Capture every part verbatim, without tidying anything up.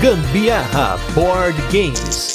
Gambiarra Board Games.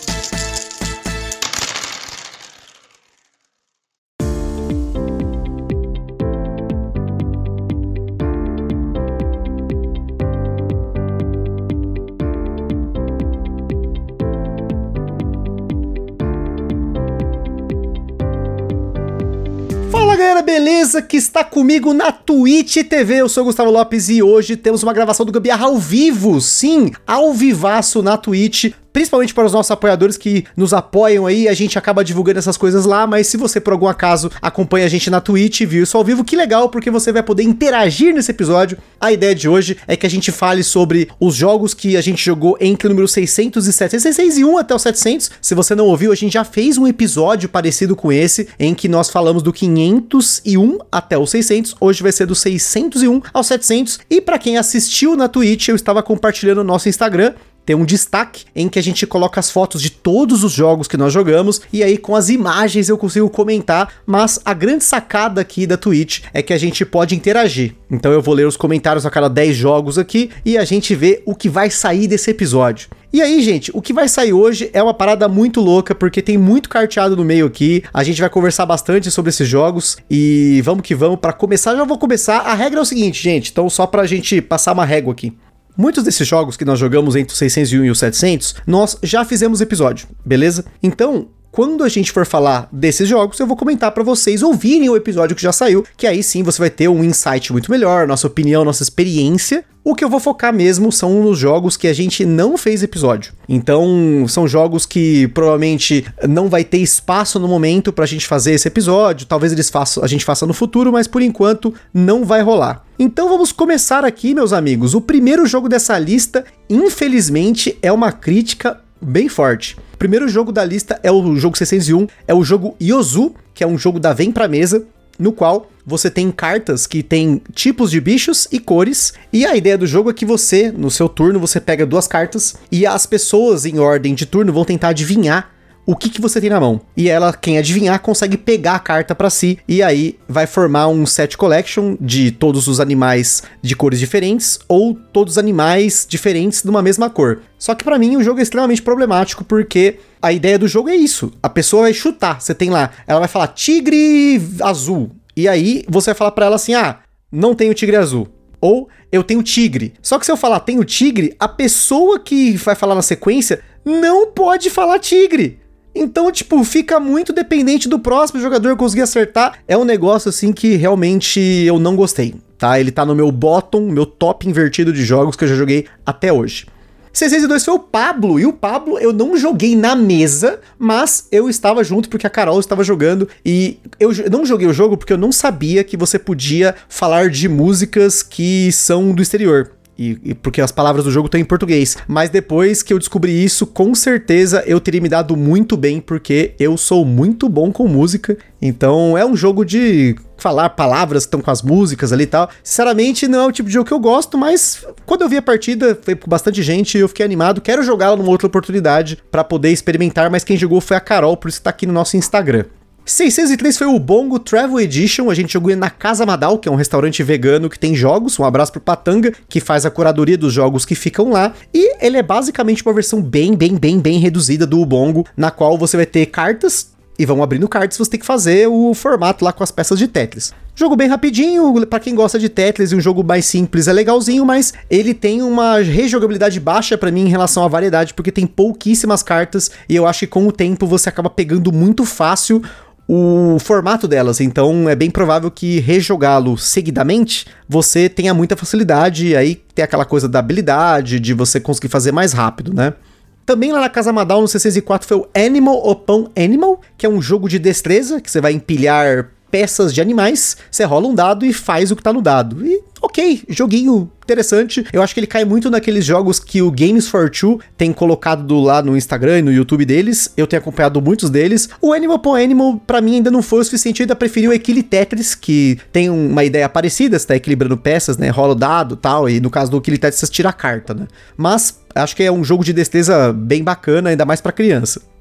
Galera, beleza? Que está comigo na Twitch T V, eu sou o Gustavo Lopes e hoje temos uma gravação do Gambiarra ao vivo, sim, ao vivaço na Twitch, principalmente para os nossos apoiadores que nos apoiam aí, a gente acaba divulgando essas coisas lá, mas se você por algum acaso acompanha a gente na Twitch e viu isso ao vivo, que legal, porque você vai poder interagir nesse episódio. A ideia de hoje é que a gente fale sobre os jogos que a gente jogou entre o número seiscentos e setecentos, seiscentos e um até o setecentos. Se você não ouviu, a gente já fez um episódio parecido com esse, em que nós falamos do quinhentos e um até o seiscentos, hoje vai ser do seiscentos e um ao setecentos, e para quem assistiu na Twitch, eu estava compartilhando o nosso Instagram, tem um destaque em que a gente coloca as fotos de todos os jogos que nós jogamos, e aí com as imagens eu consigo comentar, mas a grande sacada aqui da Twitch é que a gente pode interagir. Então eu vou ler os comentários a cada dez jogos aqui, e a gente vê o que vai sair desse episódio. E aí, gente, o que vai sair hoje é uma parada muito louca, porque tem muito carteado no meio aqui, a gente vai conversar bastante sobre esses jogos, e vamos que vamos. Para começar, já vou começar, a regra é o seguinte, gente, então só pra gente passar uma régua aqui. Muitos desses jogos que nós jogamos entre o seiscentos e um e o setecentos, nós já fizemos episódio, beleza? Então, quando a gente for falar desses jogos, eu vou comentar pra vocês ouvirem o episódio que já saiu, que aí sim você vai ter um insight muito melhor, nossa opinião, nossa experiência. O que eu vou focar mesmo são nos jogos que a gente não fez episódio. Então, são jogos que provavelmente não vai ter espaço no momento pra gente fazer esse episódio. Talvez eles façam, a gente faça no futuro, mas por enquanto não vai rolar. Então vamos começar aqui, meus amigos. O primeiro jogo dessa lista, infelizmente, é uma crítica bem forte. O primeiro jogo da lista é o jogo seiscentos e um, é o jogo Yozu, que é um jogo da Vem Pra Mesa, no qual você tem cartas que tem tipos de bichos e cores, e a ideia do jogo é que você, no seu turno, você pega duas cartas, e as pessoas em ordem de turno vão tentar adivinhar o que que você tem na mão. E ela, quem adivinhar, consegue pegar a carta pra si, e aí vai formar um set collection de todos os animais de cores diferentes, ou todos os animais diferentes de uma mesma cor. Só que pra mim o jogo é extremamente problemático, porque a ideia do jogo é isso. A pessoa vai chutar, você tem lá, ela vai falar tigre azul, e aí você vai falar pra ela assim, ah, não tenho tigre azul. Ou, eu tenho tigre. Só que se eu falar tenho tigre, a pessoa que vai falar na sequência não pode falar tigre. Então, tipo, fica muito dependente do próximo jogador conseguir acertar. É um negócio, assim, que realmente eu não gostei, tá? Ele tá no meu bottom, meu top invertido de jogos que eu já joguei até hoje. seiscentos e dois foi o Pablo, e o Pablo eu não joguei na mesa, mas eu estava junto porque a Carol estava jogando, e eu não joguei o jogo porque eu não sabia que você podia falar de músicas que são do exterior. E, e porque as palavras do jogo estão em português. Mas depois que eu descobri isso, com certeza eu teria me dado muito bem, porque eu sou muito bom com música. Então é um jogo de falar palavras que estão com as músicas ali e tal. Sinceramente, não é o tipo de jogo que eu gosto, mas quando eu vi a partida, foi com bastante gente e eu fiquei animado. Quero jogá-la numa outra oportunidade para poder experimentar, mas quem jogou foi a Carol, por isso que tá aqui no nosso Instagram. seiscentos e três foi o Bongo Travel Edition, a gente jogou na Casa Madal, que é um restaurante vegano que tem jogos, um abraço pro Patanga, que faz a curadoria dos jogos que ficam lá, e ele é basicamente uma versão bem, bem, bem, bem reduzida do Bongo, na qual você vai ter cartas, e vão abrindo cartas, você tem que fazer o formato lá com as peças de Tetris. Jogo bem rapidinho, pra quem gosta de Tetris, e um jogo mais simples é legalzinho, mas ele tem uma rejogabilidade baixa pra mim em relação à variedade, porque tem pouquíssimas cartas, e eu acho que com o tempo você acaba pegando muito fácil o formato delas, então é bem provável que rejogá-lo seguidamente você tenha muita facilidade, e aí tem aquela coisa da habilidade, de você conseguir fazer mais rápido, né? Também lá na Casa Madal, no seiscentos e quatro, foi o Animal Upon Animal, que é um jogo de destreza, que você vai empilhar peças de animais, você rola um dado e faz o que tá no dado. E ok, joguinho interessante. Eu acho que ele cai muito naqueles jogos que o Games for Two tem colocado lá no Instagram e no YouTube deles. Eu tenho acompanhado muitos deles. O Animal Upon Animal, pra mim, ainda não foi o suficiente. Eu ainda preferi o Equili Tetris, que tem uma ideia parecida, você tá equilibrando peças, né? Rola o dado e tal, e no caso do Equili Tetris você tira a carta, né? Mas acho que é um jogo de destreza bem bacana, ainda mais pra criança.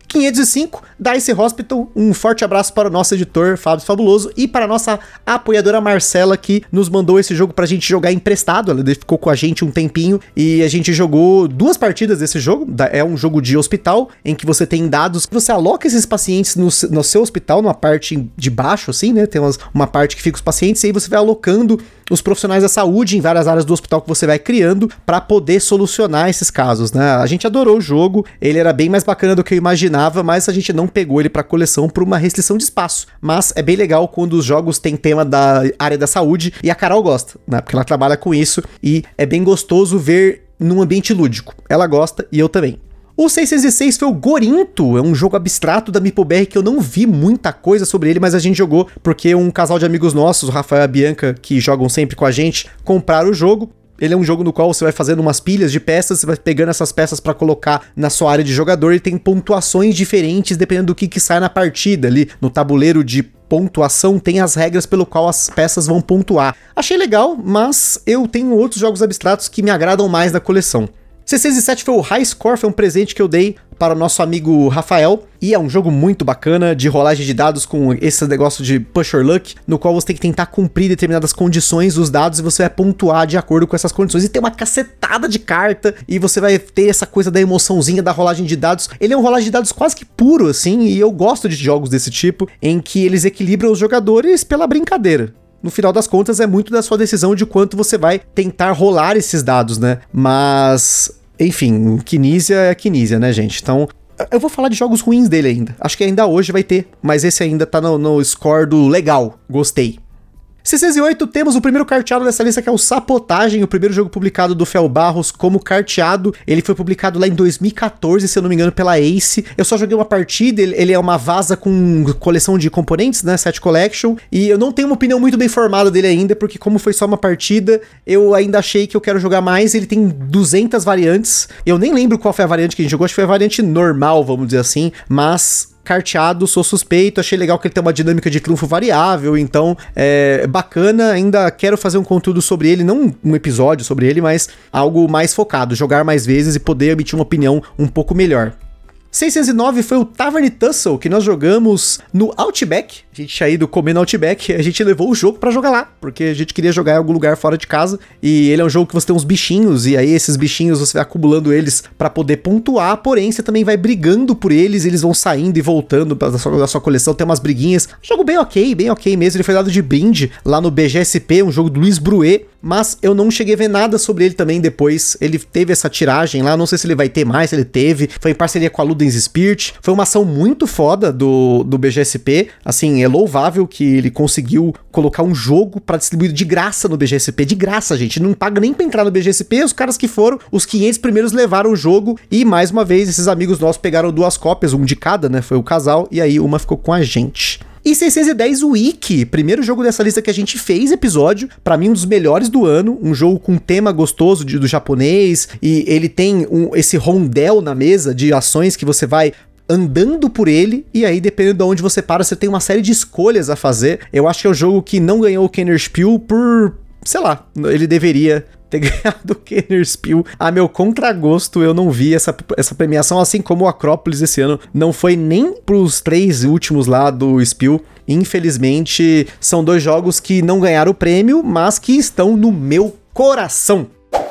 quinhentos e cinco, Dice Hospital, um forte abraço para o nosso editor, Fábio Fabuloso, e para a nossa apoiadora Marcela, que nos mandou esse jogo pra gente jogar emprestado. Ela ficou com a gente um tempinho e a gente jogou duas partidas desse jogo. É um jogo de hospital, em que você tem dados, você aloca esses pacientes no, no seu hospital, numa parte de baixo, assim, né? Tem umas, uma parte que fica os pacientes, e aí você vai alocando os profissionais da saúde em várias áreas do hospital que você vai criando para poder solucionar esses casos, né? A gente adorou o jogo, ele era bem mais bacana do que eu imaginava, mas a gente não pegou ele para coleção por uma restrição de espaço. Mas é bem legal quando os jogos têm tema da área da saúde, e a Carol gosta, né? Porque ela trabalha com isso e é bem gostoso ver num ambiente lúdico. Ela gosta e eu também. O seiscentos e seis foi o Gorinto, é um jogo abstrato da MeepleBR que eu não vi muita coisa sobre ele, mas a gente jogou porque um casal de amigos nossos, o Rafael e a Bianca, que jogam sempre com a gente, compraram o jogo. Ele é um jogo no qual você vai fazendo umas pilhas de peças, você vai pegando essas peças pra colocar na sua área de jogador, e tem pontuações diferentes dependendo do que, que sai na partida ali. No tabuleiro de pontuação tem as regras pelo qual as peças vão pontuar. Achei legal, mas eu tenho outros jogos abstratos que me agradam mais da coleção. seiscentos e sete foi o High Score, foi um presente que eu dei para o nosso amigo Rafael, e é um jogo muito bacana de rolagem de dados com esse negócio de push or luck, no qual você tem que tentar cumprir determinadas condições dos dados e você vai pontuar de acordo com essas condições, e tem uma cacetada de carta, e você vai ter essa coisa da emoçãozinha da rolagem de dados. Ele é um rolagem de dados quase que puro, assim, e eu gosto de jogos desse tipo, em que eles equilibram os jogadores pela brincadeira. No final das contas, é muito da sua decisão de quanto você vai tentar rolar esses dados, né? Mas, enfim, Kinesia é Kinesia, né, gente? Então, eu vou falar de jogos ruins dele ainda. Acho que ainda hoje vai ter, mas esse ainda tá no, no score do legal. Gostei. seiscentos e oito, temos o primeiro carteado dessa lista, que é o Sapotagem, o primeiro jogo publicado do Fel Barros como carteado. Ele foi publicado lá em dois mil e catorze, se eu não me engano, pela Ace. Eu só joguei uma partida, ele, ele é uma vaza com coleção de componentes, né, set collection, e eu não tenho uma opinião muito bem formada dele ainda, porque como foi só uma partida, eu ainda achei que eu quero jogar mais. Ele tem duzentas variantes, eu nem lembro qual foi a variante que a gente jogou, acho que foi a variante normal, vamos dizer assim, mas carteado, sou suspeito, achei legal que ele tem uma dinâmica de trunfo variável, então é bacana, ainda quero fazer um conteúdo sobre ele, não um episódio sobre ele, mas algo mais focado, jogar mais vezes e poder emitir uma opinião um pouco melhor. seiscentos e nove foi o Tavern Tussle, que nós jogamos no Outback. A gente tinha ido comer no Outback, a gente levou o jogo pra jogar lá, porque a gente queria jogar em algum lugar fora de casa, e ele é um jogo que você tem uns bichinhos, e aí esses bichinhos você vai acumulando eles pra poder pontuar, porém você também vai brigando por eles, e eles vão saindo e voltando da sua, da sua coleção, tem umas briguinhas. Jogo bem ok, bem ok mesmo, ele foi dado de brinde lá no B G S P, um jogo do Luiz Bruet, mas eu não cheguei a ver nada sobre ele também depois. Ele teve essa tiragem lá, não sei se ele vai ter mais, se ele teve, foi em parceria com a Ludens Spirit, foi uma ação muito foda do, do B G S P, assim, é louvável que ele conseguiu colocar um jogo pra distribuir de graça no B G S P, de graça, gente, não paga nem pra entrar no B G S P, os caras que foram, os quinhentos primeiros levaram o jogo, e mais uma vez, esses amigos nossos pegaram duas cópias, um de cada, né, foi o casal, e aí uma ficou com a gente. E seiscentos e dez, o Iki, primeiro jogo dessa lista que a gente fez episódio, pra mim um dos melhores do ano, um jogo com tema gostoso de, do japonês, e ele tem um, esse rondel na mesa de ações que você vai andando por ele, e aí dependendo de onde você para, você tem uma série de escolhas a fazer. Eu acho que é o jogo que não ganhou o Kenner Spiel por, sei lá, ele deveria ter ganhado o Kenner Spiel. A meu contragosto, eu não vi essa, essa premiação, assim como o Acrópolis esse ano não foi nem pros três últimos lá do Spiel. Infelizmente, são dois jogos que não ganharam o prêmio, mas que estão no meu coração.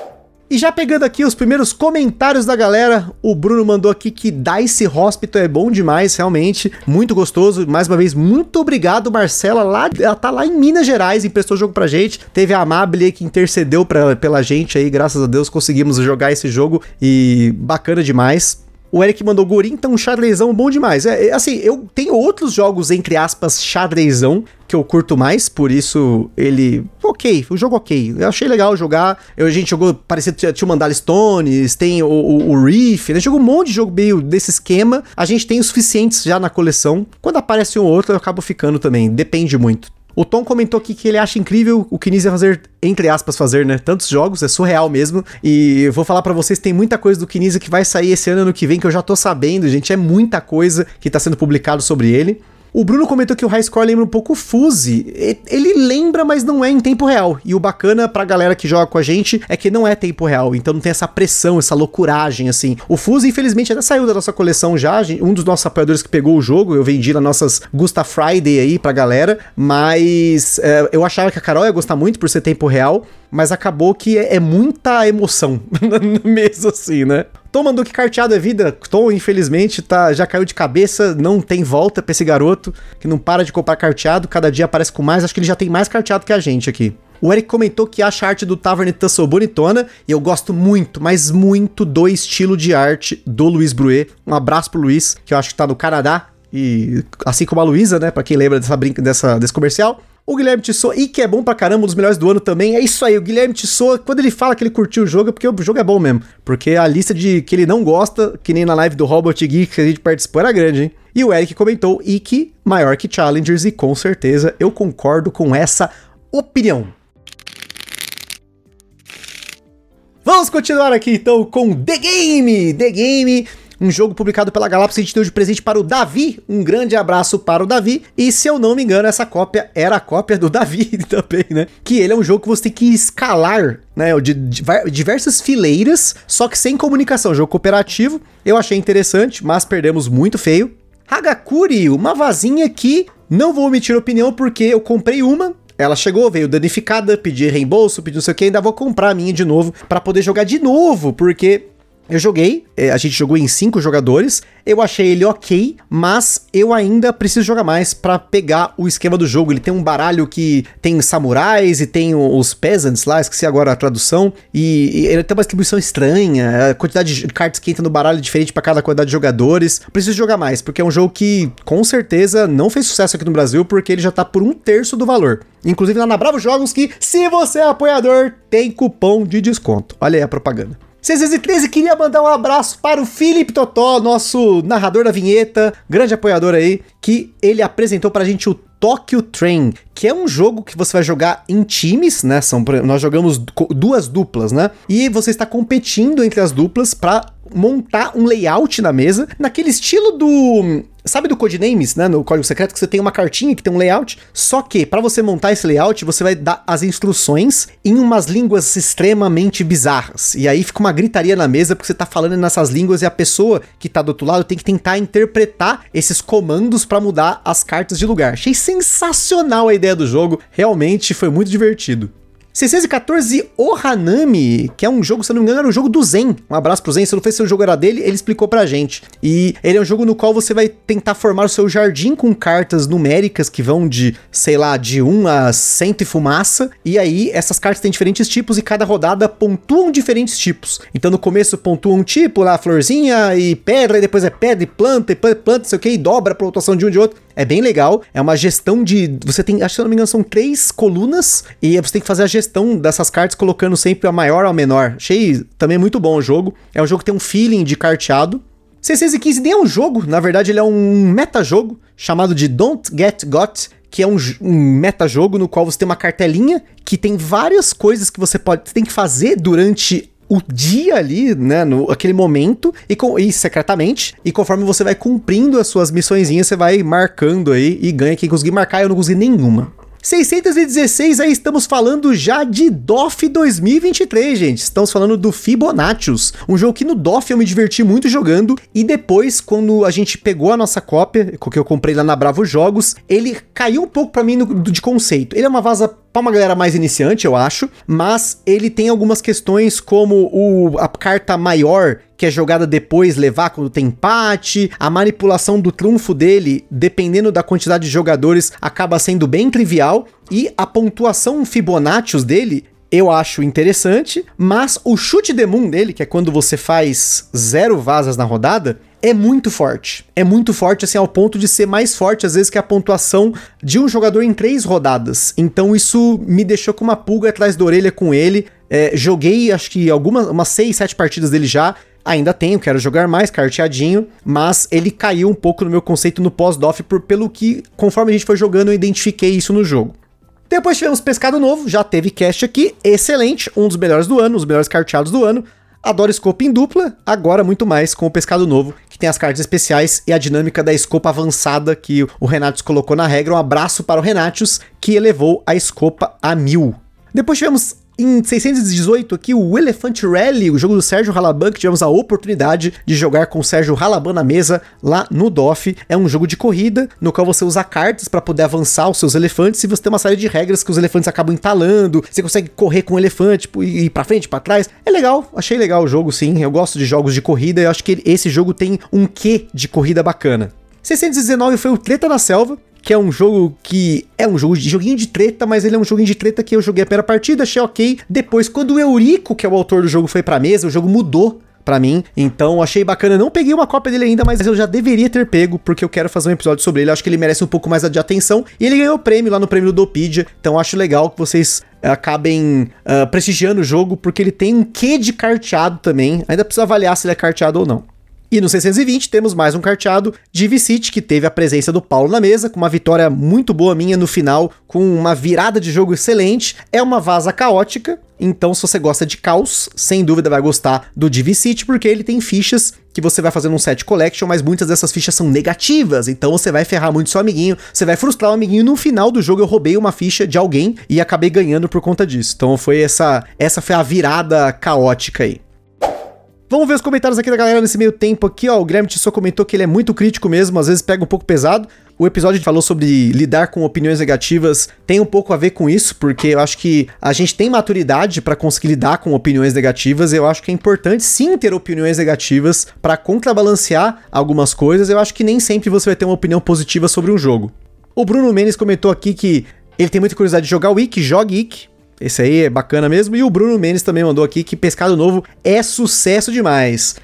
E já pegando aqui os primeiros comentários da galera, o Bruno mandou aqui que Dice Hospital é bom demais, realmente, muito gostoso. Mais uma vez, muito obrigado, Marcela, lá, ela tá lá em Minas Gerais, emprestou o jogo pra gente. Teve a Amable que intercedeu pra, pela gente aí, graças a Deus conseguimos jogar esse jogo, e bacana demais. O Eric mandou Gorin, então um xadrezão bom demais. É, é, assim, eu tenho outros jogos, entre aspas, xadrezão, que eu curto mais, por isso ele... Ok, o jogo ok. Eu achei legal jogar. Eu, a gente jogou, parecido, tinha o Mandala Stones, tem o, o, o Reef, né? Jogou um monte de jogo meio desse esquema. A gente tem os suficientes já na coleção. Quando aparece um ou outro, eu acabo ficando também. Depende muito. O Tom comentou aqui que ele acha incrível o Kinesia fazer, entre aspas, fazer, né, tantos jogos, é surreal mesmo, e eu vou falar pra vocês, tem muita coisa do Kinesia que vai sair esse ano, ano que vem, que eu já tô sabendo, gente, é muita coisa que tá sendo publicado sobre ele. O Bruno comentou que o High Score lembra um pouco o Fuse. Ele lembra, mas não é em tempo real. E o bacana pra galera que joga com a gente é que não é tempo real, então não tem essa pressão, essa loucuragem, assim. O Fuse, infelizmente, até saiu da nossa coleção já. Um dos nossos apoiadores que pegou o jogo, eu vendi nas nossas Gusta Friday aí pra galera, mas é, eu achava que a Carol ia gostar muito por ser tempo real, mas acabou que é, é muita emoção mesmo assim, né? Tom mandou que carteado é vida. Tom, infelizmente, tá, já caiu de cabeça, não tem volta pra esse garoto, que não para de comprar carteado, cada dia aparece com mais, acho que ele já tem mais carteado que a gente aqui. O Eric comentou que acha a arte do Tavern Tussle bonitona, e eu gosto muito, mas muito do estilo de arte do Luiz Bruet. Um abraço pro Luiz, que eu acho que tá no Canadá, e assim como a Luísa, né, pra quem lembra dessa brinca, dessa, desse comercial. O Guilherme Tissot, e que é bom pra caramba, um dos melhores do ano também. É isso aí, o Guilherme Tissot, quando ele fala que ele curtiu o jogo, é porque o jogo é bom mesmo. Porque a lista de que ele não gosta, que nem na live do Robot Geek que a gente participou, era grande, hein? E o Eric comentou, e que maior que Challengers, e com certeza eu concordo com essa opinião. Vamos continuar aqui então com The Game! The Game... um jogo publicado pela Galápagos que a gente deu de presente para o Davi. Um grande abraço para o Davi. E se eu não me engano, essa cópia era a cópia do Davi também, né? Que ele é um jogo que você tem que escalar, né? De, de, de diversas fileiras, só que sem comunicação. Jogo cooperativo. Eu achei interessante, mas perdemos muito feio. Hagakure, uma vasinha que não vou omitir opinião porque eu comprei uma. Ela chegou, veio danificada, pedi reembolso, pedi não sei o que, ainda vou comprar a minha de novo para poder jogar de novo, porque... eu joguei, a gente jogou em cinco jogadores, eu achei ele ok, mas eu ainda preciso jogar mais pra pegar o esquema do jogo. Ele tem um baralho que tem samurais e tem os peasants lá, esqueci agora a tradução, e, e ele tem uma distribuição estranha, a quantidade de cartas que entra no baralho é diferente pra cada quantidade de jogadores. Preciso jogar mais, porque é um jogo que com certeza não fez sucesso aqui no Brasil, porque ele já tá por um terço do valor. Inclusive lá na Bravo Jogos, que se você é apoiador, tem cupom de desconto. Olha aí a propaganda. seiscentos e treze queria mandar um abraço para o Felipe Totó, nosso narrador da vinheta, grande apoiador aí, que ele apresentou pra gente o Tokyo Train, que é um jogo que você vai jogar em times, né? São, nós jogamos duas duplas, né? E você está competindo entre as duplas pra montar um layout na mesa, naquele estilo do... sabe do Codenames, né? No Código Secreto, que você tem uma cartinha que tem um layout. Só que, para você montar esse layout, você vai dar as instruções em umas línguas extremamente bizarras. E aí fica uma gritaria na mesa, porque você tá falando nessas línguas e a pessoa que tá do outro lado tem que tentar interpretar esses comandos para mudar as cartas de lugar. Achei sensacional a ideia do jogo. Realmente foi muito divertido. seiscentos e quatorze Ohanami, que é um jogo, se eu não me engano, era o jogo do Zen. Um abraço pro Zen, se eu não sei se o jogo era dele, ele explicou pra gente. E ele é um jogo no qual você vai tentar formar o seu jardim com cartas numéricas que vão de, sei lá, de um a cento e fumaça. E aí, essas cartas têm diferentes tipos e cada rodada pontuam diferentes tipos. Então, no começo pontua um tipo, lá, florzinha e pedra, e depois é pedra e planta, e planta, não sei o que, e dobra a pontuação de um de outro. É bem legal, é uma gestão de... você tem, acho que se eu não me engano, são três colunas, e você tem que fazer a gestão dessas cartas colocando sempre a maior ao menor. Achei também muito bom o jogo. É um jogo que tem um feeling de carteado. seiscentos e quinze nem é um jogo, na verdade ele é um metajogo chamado de Don't Get Got, que é um, um metajogo no qual você tem uma cartelinha que tem várias coisas que você pode, você tem que fazer durante o dia ali, né, no aquele momento, e, com, e secretamente, e conforme você vai cumprindo as suas missõezinhas, você vai marcando aí, e ganha quem conseguir marcar. Eu não consegui nenhuma. seiscentos e dezesseis, aí estamos falando já de D O F dois mil e vinte e três, gente. Estamos falando do Fibonaccios, um jogo que no D O F eu me diverti muito jogando, e depois, quando a gente pegou a nossa cópia, que eu comprei lá na Bravo Jogos, ele caiu um pouco pra mim no, de conceito. Ele é uma vaza pra uma galera mais iniciante, eu acho, mas ele tem algumas questões como o, a carta maior, que é jogada depois levar quando tem empate, a manipulação do trunfo dele, dependendo da quantidade de jogadores, acaba sendo bem trivial, e a pontuação Fibonaccios dele eu acho interessante, mas o chute de moon dele, que é quando você faz zero vazas na rodada, é muito forte. É muito forte, assim, ao ponto de ser mais forte, às vezes, que a pontuação de um jogador em três rodadas. Então isso me deixou com uma pulga atrás da orelha com ele. É, joguei, acho que algumas, umas seis, sete partidas dele já. Ainda tenho, quero jogar mais, carteadinho, mas ele caiu um pouco no meu conceito no pós-D O F, por, pelo que, conforme a gente foi jogando, eu identifiquei isso no jogo. Depois tivemos Pescado Novo, já teve cast aqui, excelente, um dos melhores do ano, os melhores carteados do ano. Adoro escopa em dupla, agora muito mais com o Pescado Novo, que tem as cartas especiais e a dinâmica da escopa avançada que o Renatus colocou na regra. Um abraço para o Renatus, que elevou a escopa a mil. Depois tivemos em seiscentos e dezoito aqui o Elephant Rally, o jogo do Sérgio Halaban, que tivemos a oportunidade de jogar com o Sérgio Halaban na mesa lá no D O F. É um jogo de corrida, no qual você usa cartas para poder avançar os seus elefantes, e você tem uma série de regras que os elefantes acabam entalando, você consegue correr com o elefante e ir pra frente, pra trás. É legal, achei legal o jogo, sim. Eu gosto de jogos de corrida, eu acho que esse jogo tem um quê de corrida bacana. seiscentos e dezenove foi o Treta na Selva, que é um jogo que é um jogo de joguinho de treta, mas ele é um joguinho de treta que eu joguei a primeira partida, achei ok. Depois, quando o Eurico, que é o autor do jogo, foi pra mesa, o jogo mudou pra mim, então achei bacana. Não peguei uma cópia dele ainda, mas eu já deveria ter pego, porque eu quero fazer um episódio sobre ele. Eu acho que ele merece um pouco mais de atenção, e ele ganhou prêmio lá no prêmio do Dopedia, então acho legal que vocês acabem uh, prestigiando o jogo, porque ele tem um quê de carteado também. Ainda precisa avaliar se ele é carteado ou não. E no seiscentos e vinte temos mais um carteado de V-City, que teve a presença do Paulo na mesa, com uma vitória muito boa minha no final, com uma virada de jogo excelente. É uma vaza caótica, então se você gosta de caos, sem dúvida vai gostar do de V-City, porque ele tem fichas que você vai fazendo um set collection, mas muitas dessas fichas são negativas, então você vai ferrar muito seu amiguinho, você vai frustrar o amiguinho. No final do jogo eu roubei uma ficha de alguém e acabei ganhando por conta disso. Então foi essa, essa foi a virada caótica aí. Vamos ver os comentários aqui da galera nesse meio tempo aqui, ó. O Guilherme Tissot comentou que ele é muito crítico mesmo, às vezes pega um pouco pesado. O episódio falou sobre lidar com opiniões negativas, tem um pouco a ver com isso, porque eu acho que a gente tem maturidade pra conseguir lidar com opiniões negativas. Eu acho que é importante sim ter opiniões negativas pra contrabalancear algumas coisas. Eu acho que nem sempre você vai ter uma opinião positiva sobre um jogo. O Bruno Mendes comentou aqui que ele tem muita curiosidade de jogar o Wiki, jogue Wiki. Esse aí é bacana mesmo. E o Bruno Mendes também mandou aqui que Pescado Novo é sucesso demais.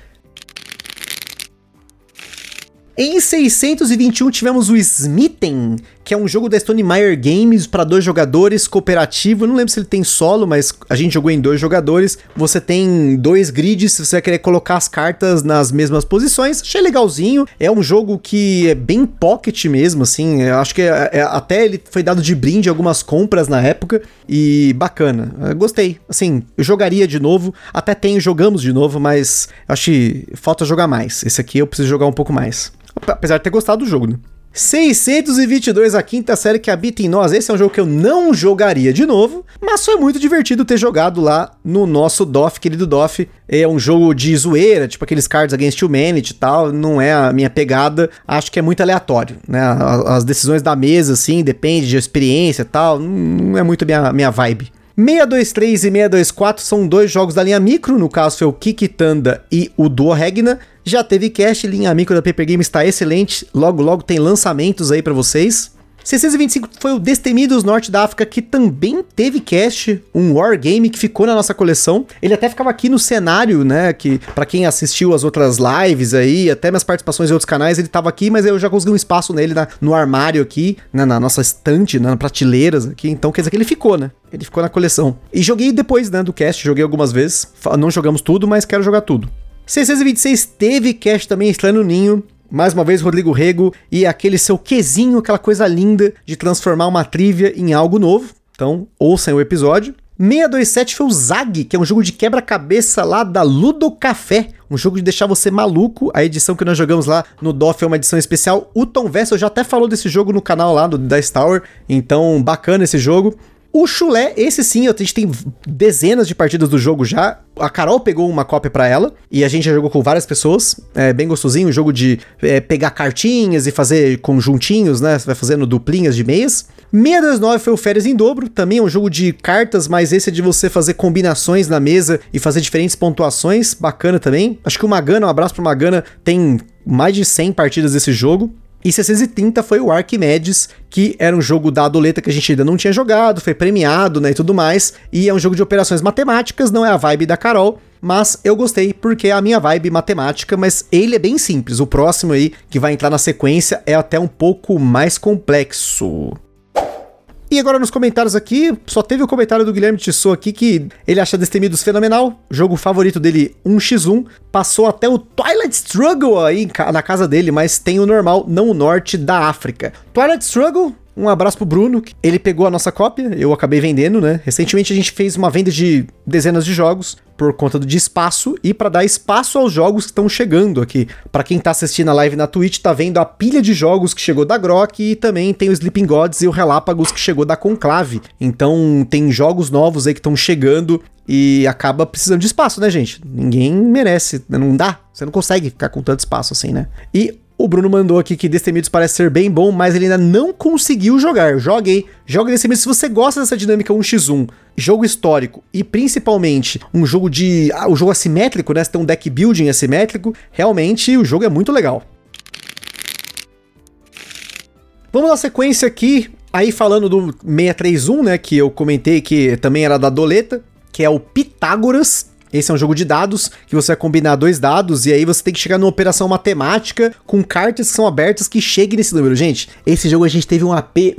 Em seiscentos e vinte e um tivemos o Smitten, que é um jogo da Stone Meyer Games para dois jogadores, cooperativo. Eu não lembro se ele tem solo, mas a gente jogou em dois jogadores. Você tem dois grids, se você vai querer colocar as cartas nas mesmas posições. Achei legalzinho. É um jogo que é bem pocket mesmo, assim. Eu acho que é, é, até ele foi dado de brinde algumas compras na época. E bacana. Eu gostei. Assim, eu jogaria de novo. Até tenho, jogamos de novo, mas acho que falta jogar mais. Esse aqui eu preciso jogar um pouco mais. Apesar de ter gostado do jogo, né? seiscentos e vinte e dois, a quinta série que habita em nós. Esse é um jogo que eu não jogaria de novo, mas foi muito divertido ter jogado lá no nosso D O F, querido D O F. É um jogo de zoeira, tipo aqueles Cards Against Humanity e tal, não é a minha pegada. Acho que é muito aleatório, né? As decisões da mesa, assim, depende de experiência e tal, não é muito a minha, minha vibe. seiscentos e vinte e três e seiscentos e vinte e quatro são dois jogos da linha micro, no caso foi o Kikitanda e o Duo Regna. Já teve cast, linha micro da Paper Games está excelente, logo logo tem lançamentos aí pra vocês. seiscentos e vinte e cinco foi o Destemidos Norte da África, que também teve cast, um wargame que ficou na nossa coleção. Ele até ficava aqui no cenário, né, que pra quem assistiu as outras lives aí, até minhas participações em outros canais, ele tava aqui, mas eu já consegui um espaço nele na, no armário aqui, né, na nossa estante, nas prateleiras aqui, então quer dizer que ele ficou, né, ele ficou na coleção. E joguei depois, né, do cast, joguei algumas vezes, não jogamos tudo, mas quero jogar tudo. seiscentos e vinte e seis teve cast também, Estranho no Ninho. Mais uma vez, Rodrigo Rego e aquele seu quezinho, aquela coisa linda de transformar uma trivia em algo novo. Então, ouçam o episódio. seiscentos e vinte e sete foi o Zag, que é um jogo de quebra-cabeça lá da Ludo Café. Um jogo de deixar você maluco. A edição que nós jogamos lá no D O F é uma edição especial. O Tom Vessel já até falou desse jogo no canal lá do Dice Tower. Então, bacana esse jogo. O Chulé, esse sim, a gente tem dezenas de partidas do jogo já. A Carol pegou uma cópia pra ela e a gente já jogou com várias pessoas. É bem gostosinho, um jogo de é, pegar cartinhas e fazer conjuntinhos, né? Você vai fazendo duplinhas de meias. seiscentos e vinte e nove foi o Férias em Dobro, também é um jogo de cartas, mas esse é de você fazer combinações na mesa e fazer diferentes pontuações. Bacana também. Acho que o Magana, um abraço pro Magana, tem mais de cem partidas desse jogo. E seiscentos e trinta foi o Arquimedes, que era um jogo da Adoleta que a gente ainda não tinha jogado, foi premiado, né, e tudo mais. E é um jogo de operações matemáticas, não é a vibe da Carol, mas eu gostei porque é a minha vibe matemática, mas ele é bem simples. O próximo aí, que vai entrar na sequência, é até um pouco mais complexo. E agora nos comentários aqui, só teve o comentário do Guilherme Tissot aqui que ele acha Destemidos fenomenal, jogo favorito dele um contra um, passou até o Twilight Struggle aí na casa dele, mas tem o normal, não o norte da África. Twilight Struggle, Um abraço pro Bruno, ele pegou a nossa cópia, eu acabei vendendo, né? Recentemente a gente fez uma venda de dezenas de jogos por conta de espaço e para dar espaço aos jogos que estão chegando aqui. Para quem tá assistindo a live na Twitch, tá vendo a pilha de jogos que chegou da Grok e também tem o Sleeping Gods e o Relápagos que chegou da Conclave. Então tem jogos novos aí que estão chegando e acaba precisando de espaço, né, gente? Ninguém merece, não dá, você não consegue ficar com tanto espaço assim, né? E o Bruno mandou aqui que Destemidos parece ser bem bom, mas ele ainda não conseguiu jogar. Joguei. Joga Destemidos se você gosta dessa dinâmica um contra um, jogo histórico e principalmente um jogo de... Ah, o jogo assimétrico, né? Você tem um deck building assimétrico. Realmente o jogo é muito legal. Vamos na sequência aqui. Aí falando do seiscentos e trinta e um, né? Que eu comentei que também era da Doleta, que é o Pitágoras. Esse é um jogo de dados, que você vai combinar dois dados, e aí você tem que chegar numa operação matemática com cartas que são abertas que cheguem nesse número. Gente, esse jogo a gente teve um A P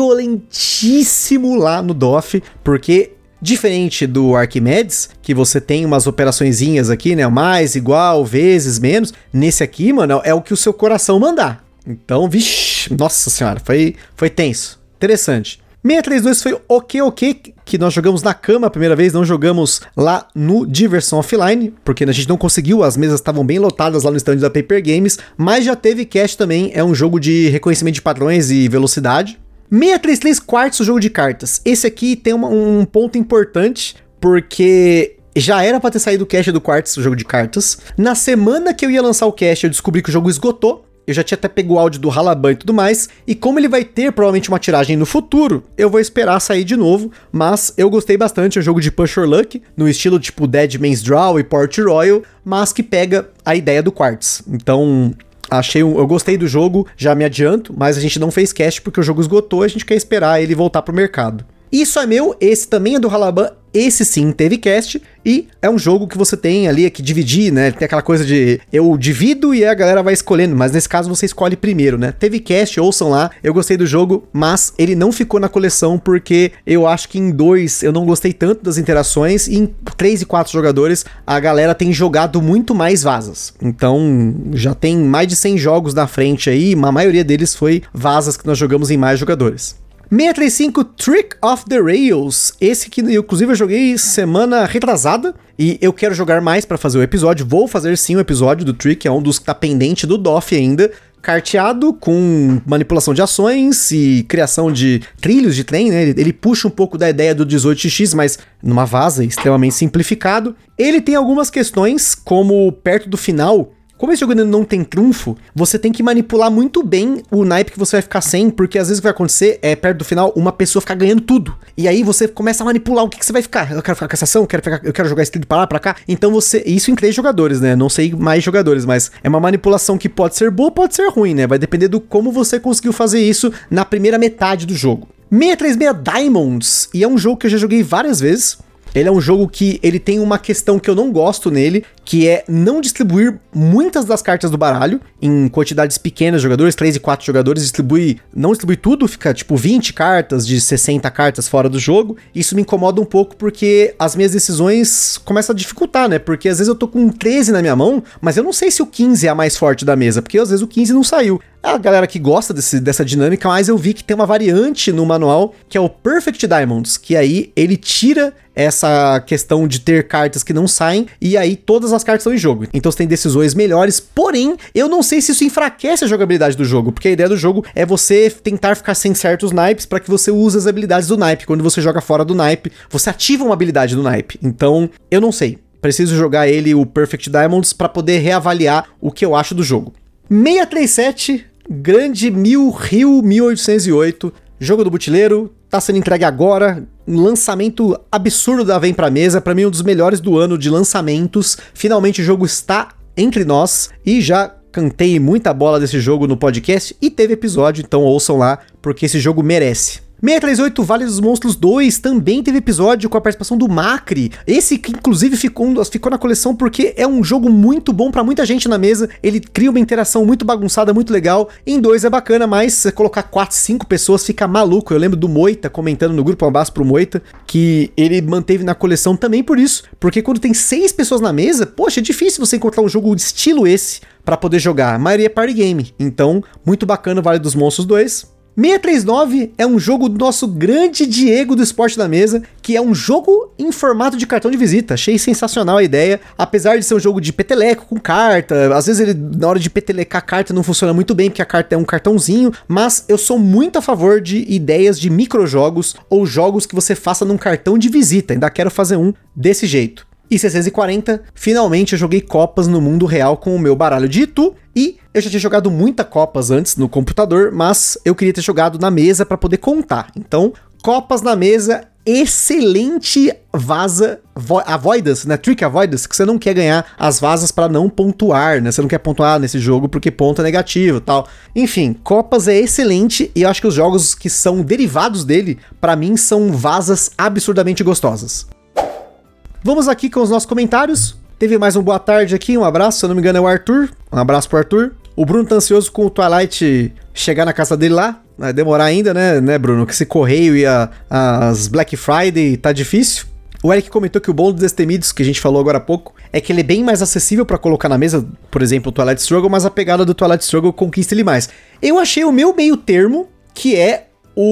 violentíssimo lá no D O F, porque... diferente do Arquimedes, que você tem umas operaçõezinhas aqui, né? Mais, igual, vezes, menos. Nesse aqui, mano, é o que o seu coração mandar. Então, vixi, nossa senhora, foi, foi tenso. Interessante. seiscentos e trinta e dois foi ok, ok, que nós jogamos na cama a primeira vez, não jogamos lá no Diversão Offline, porque a gente não conseguiu, as mesas estavam bem lotadas lá no stand da Paper Games, mas já teve cast também, é um jogo de reconhecimento de padrões e velocidade. seiscentos e trinta e três Quartz, o jogo de cartas. Esse aqui tem uma, um ponto importante, porque... já era pra ter saído o cast do Quartz, o jogo de cartas. Na semana que eu ia lançar o cast, eu descobri que o jogo esgotou. Eu já tinha até pego o áudio do Halaban e tudo mais, e como ele vai ter provavelmente uma tiragem no futuro, eu vou esperar sair de novo, mas eu gostei bastante, é um jogo de Push or Luck, no estilo tipo Dead Man's Draw e Port Royal, mas que pega a ideia do Quartz. Então, achei um, eu gostei do jogo, já me adianto, mas a gente não fez cast porque o jogo esgotou, a gente quer esperar ele voltar pro mercado. Isso é meu, esse também é do Halaban, esse sim teve cast, e é um jogo que você tem ali que dividir, né, tem aquela coisa de eu divido e a galera vai escolhendo, mas nesse caso você escolhe primeiro, né, teve cast, ouçam lá, eu gostei do jogo, mas ele não ficou na coleção porque eu acho que em dois eu não gostei tanto das interações, e em três e quatro jogadores a galera tem jogado muito mais vazas, então já tem mais de cem jogos na frente aí, a maioria deles foi vazas que nós jogamos em mais jogadores. seiscentos e trinta e cinco Trick of the Rails, esse que eu, inclusive eu joguei semana retrasada e eu quero jogar mais pra fazer o episódio, vou fazer sim o episódio do Trick, é um dos que tá pendente do D O F ainda, carteado com manipulação de ações e criação de trilhos de trem, né? Ele, ele puxa um pouco da ideia do dezoito x, mas numa vaza extremamente simplificado. Ele tem algumas questões, como perto do final... Como esse jogo não tem trunfo, você tem que manipular muito bem o naipe que você vai ficar sem, porque às vezes o que vai acontecer é, perto do final, uma pessoa ficar ganhando tudo. E aí você começa a manipular o que, que você vai ficar. Eu quero ficar com essa ação, eu quero, ficar, eu quero jogar esse trilho pra lá, pra cá. Então você... Isso em três jogadores, né? Não sei mais jogadores, mas é uma manipulação que pode ser boa, pode ser ruim, né? Vai depender do como você conseguiu fazer isso na primeira metade do jogo. seiscentos e trinta e seis Diamonds, e é um jogo que eu já joguei várias vezes. Ele é um jogo que ele tem uma questão que eu não gosto nele, que é não distribuir muitas das cartas do baralho em quantidades pequenas de jogadores, três e quatro jogadores, distribui, não distribui tudo, fica tipo vinte cartas de sessenta cartas fora do jogo. Isso me incomoda um pouco porque as minhas decisões começam a dificultar, né? Porque às vezes eu tô com treze na minha mão, mas eu não sei se o quinze é a mais forte da mesa, porque às vezes o quinze não saiu. A galera que gosta desse, dessa dinâmica, mas eu vi que tem uma variante no manual, que é o Perfect Diamonds, que aí ele tira essa questão de ter cartas que não saem, e aí todas as cartas estão em jogo. Então você tem decisões melhores, porém, eu não sei se isso enfraquece a jogabilidade do jogo, porque a ideia do jogo é você tentar ficar sem certos naipes para que você use as habilidades do naipe. Quando você joga fora do naipe, você ativa uma habilidade do naipe. Então, eu não sei. Preciso jogar ele, o Perfect Diamonds, para poder reavaliar o que eu acho do jogo. seiscentos e trinta e sete, Grande Mil Rio mil oitocentos e oito, jogo do Butileiro, tá sendo entregue agora, um lançamento absurdo da Vem Pra Mesa, pra mim um dos melhores do ano de lançamentos, finalmente o jogo está entre nós, e já cantei muita bola desse jogo no podcast, e teve episódio, então ouçam lá, porque esse jogo merece. seiscentos e trinta e oito Vale dos Monstros dois também teve episódio com a participação do Macri. Esse que inclusive ficou, ficou na coleção porque é um jogo muito bom pra muita gente na mesa. Ele cria uma interação muito bagunçada, muito legal. Em dois é bacana, mas se colocar quatro, cinco pessoas fica maluco. Eu lembro do Moita comentando no grupo, um abraço pro Moita, que ele manteve na coleção também por isso. Porque quando tem seis pessoas na mesa, poxa, é difícil você encontrar um jogo de estilo esse pra poder jogar. A maioria é party game. Então, muito bacana o Vale dos Monstros dois. seiscentos e trinta e nove é um jogo do nosso grande Diego do Esporte da Mesa, que é um jogo em formato de cartão de visita. Achei sensacional a ideia, apesar de ser um jogo de peteleco com carta, às vezes ele na hora de petelecar a carta não funciona muito bem, porque a carta é um cartãozinho, mas eu sou muito a favor de ideias de microjogos ou jogos que você faça num cartão de visita, ainda quero fazer um desse jeito. E seiscentos e quarenta, finalmente eu joguei Copas no mundo real com o meu baralho de Itu, e eu já tinha jogado muita Copas antes no computador, mas eu queria ter jogado na mesa para poder contar. Então, Copas na mesa, excelente vaza, vo- avoidance, né? Trick avoidance, que você não quer ganhar as vazas para não pontuar, né? Você não quer pontuar nesse jogo porque ponto é negativo e tal. Enfim, Copas é excelente e eu acho que os jogos que são derivados dele, para mim, são vazas absurdamente gostosas. Vamos aqui com os nossos comentários. Teve mais um boa tarde aqui, um abraço, se eu não me engano é o Arthur. Um abraço pro Arthur. O Bruno tá ansioso com o Twilight chegar na casa dele lá. Vai demorar ainda, né, né Bruno? Que esse correio e a, as Black Friday tá difícil. O Eric comentou que o bom do Destemidos, que a gente falou agora há pouco, é que ele é bem mais acessível pra colocar na mesa, por exemplo, o Twilight Struggle, mas a pegada do Twilight Struggle conquista ele mais. Eu achei o meu meio termo, que é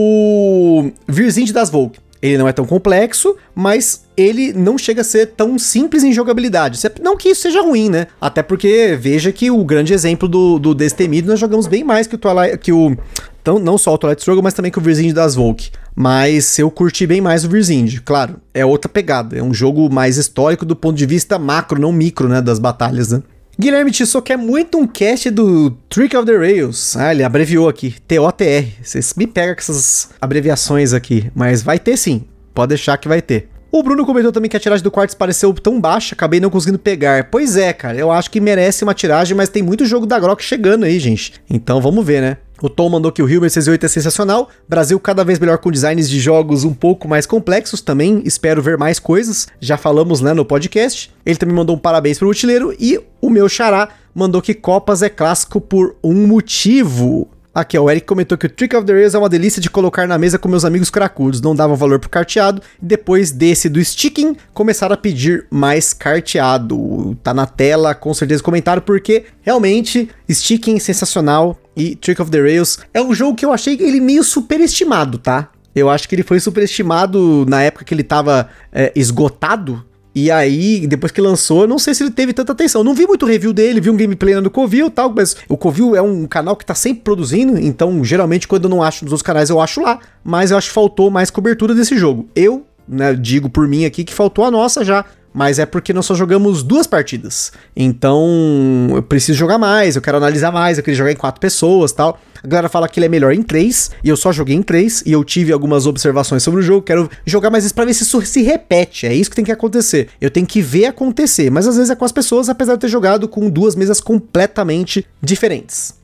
o Virzind das Volk. Ele não é tão complexo, mas ele não chega a ser tão simples em jogabilidade. Não que isso seja ruim, né? Até porque, veja que o grande exemplo do, do Destemido, nós jogamos bem mais que o Twilight, que o... Então, não só o Twilight Struggle, mas também que o Virzind das Volk. Mas eu curti bem mais o Virzind, claro. É outra pegada, é um jogo mais histórico do ponto de vista macro, não micro, né, das batalhas, né? Guilherme Tissot quer muito um cast do Trick of the Rails. Ah, ele abreviou aqui, T O T R. Vocês me pegam com essas abreviações aqui, mas vai ter sim, pode deixar que vai ter. O Bruno comentou também que a tiragem do Quartz pareceu tão baixa, acabei não conseguindo pegar. Pois é, cara, eu acho que merece uma tiragem, mas tem muito jogo da Grok chegando aí, gente. Então vamos ver, né? O Tom mandou que o Hilbert seis oito é sensacional. Brasil cada vez melhor com designs de jogos um pouco mais complexos também. Espero ver mais coisas. Já falamos, né, no podcast. Ele também mandou um parabéns pro Utileiro. E o meu xará mandou que Copas é clássico por um motivo. Aqui, ó, o Eric comentou que o Trick of the Rails é uma delícia de colocar na mesa com meus amigos cracudos. Não davam valor pro carteado. Depois desse do sticking, começaram a pedir mais carteado. Tá na tela, com certeza, comentário, porque realmente sticking sensacional e Trick of the Rails é um jogo que eu achei ele meio superestimado, tá? Eu acho que ele foi superestimado na época que ele tava é, esgotado. E aí, depois que lançou, eu não sei se ele teve tanta atenção. Eu não vi muito review dele, vi um gameplay do Covil e tal, mas o Covil é um canal que tá sempre produzindo, então geralmente quando eu não acho nos outros canais eu acho lá, mas eu acho que faltou mais cobertura desse jogo. Eu, né, digo por mim aqui que faltou a nossa já, mas é porque nós só jogamos duas partidas. Então, eu preciso jogar mais, eu quero analisar mais, eu queria jogar em quatro pessoas e tal. A galera fala que ele é melhor em três, e eu só joguei em três, e eu tive algumas observações sobre o jogo, quero jogar mais isso pra ver se isso se repete, é isso que tem que acontecer. Eu tenho que ver acontecer, mas às vezes é com as pessoas, apesar de eu ter jogado com duas mesas completamente diferentes.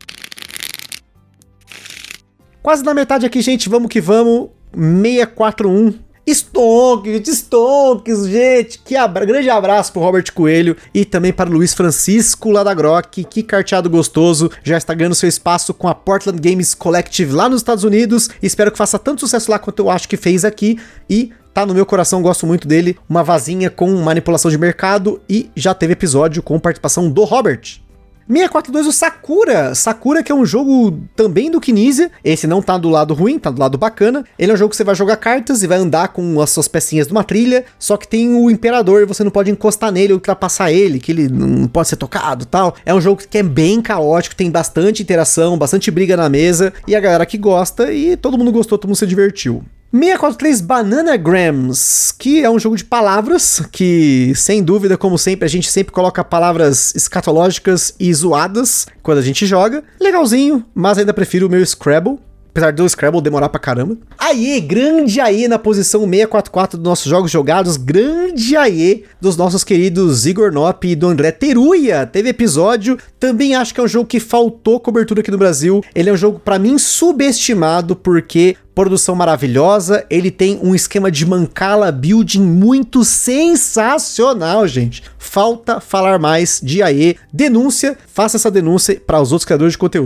Quase na metade aqui, gente, vamos que vamos, seiscentos e quarenta e um. Stonks, Stonks, gente, que abra... grande abraço pro Robert Coelho e também para o Luiz Francisco lá da Grok, que carteado gostoso, já está ganhando seu espaço com a Portland Games Collective lá nos Estados Unidos, espero que faça tanto sucesso lá quanto eu acho que fez aqui, e tá no meu coração, gosto muito dele, uma vazinha com manipulação de mercado, e já teve episódio com participação do Robert. seiscentos e quarenta e dois, o Sakura. Sakura, que é um jogo também do Kinesia. Esse não tá do lado ruim, tá do lado bacana. Ele é um jogo que você vai jogar cartas e vai andar com as suas pecinhas de uma trilha. Só que tem o Imperador e você não pode encostar nele ou ultrapassar ele, que ele não pode ser tocado e tal. É um jogo que é bem caótico, tem bastante interação, bastante briga na mesa. E a galera que gosta, e todo mundo gostou, todo mundo se divertiu. seiscentos e quarenta e três Bananagrams, que é um jogo de palavras, que sem dúvida, como sempre, a gente sempre coloca palavras escatológicas e zoadas quando a gente joga. Legalzinho, mas ainda prefiro o meu Scrabble, apesar do Scrabble demorar pra caramba. Aê, grande aê na posição seiscentos e quarenta e quatro dos nossos jogos jogados, grande aê dos nossos queridos Igor Nop e do André Teruya. Teve episódio, também acho que é um jogo que faltou cobertura aqui no Brasil. Ele é um jogo, pra mim, subestimado, porque produção maravilhosa, ele tem um esquema de mancala building muito sensacional, gente. Falta falar mais de aê. Denúncia, faça essa denúncia para os outros criadores de conteúdo.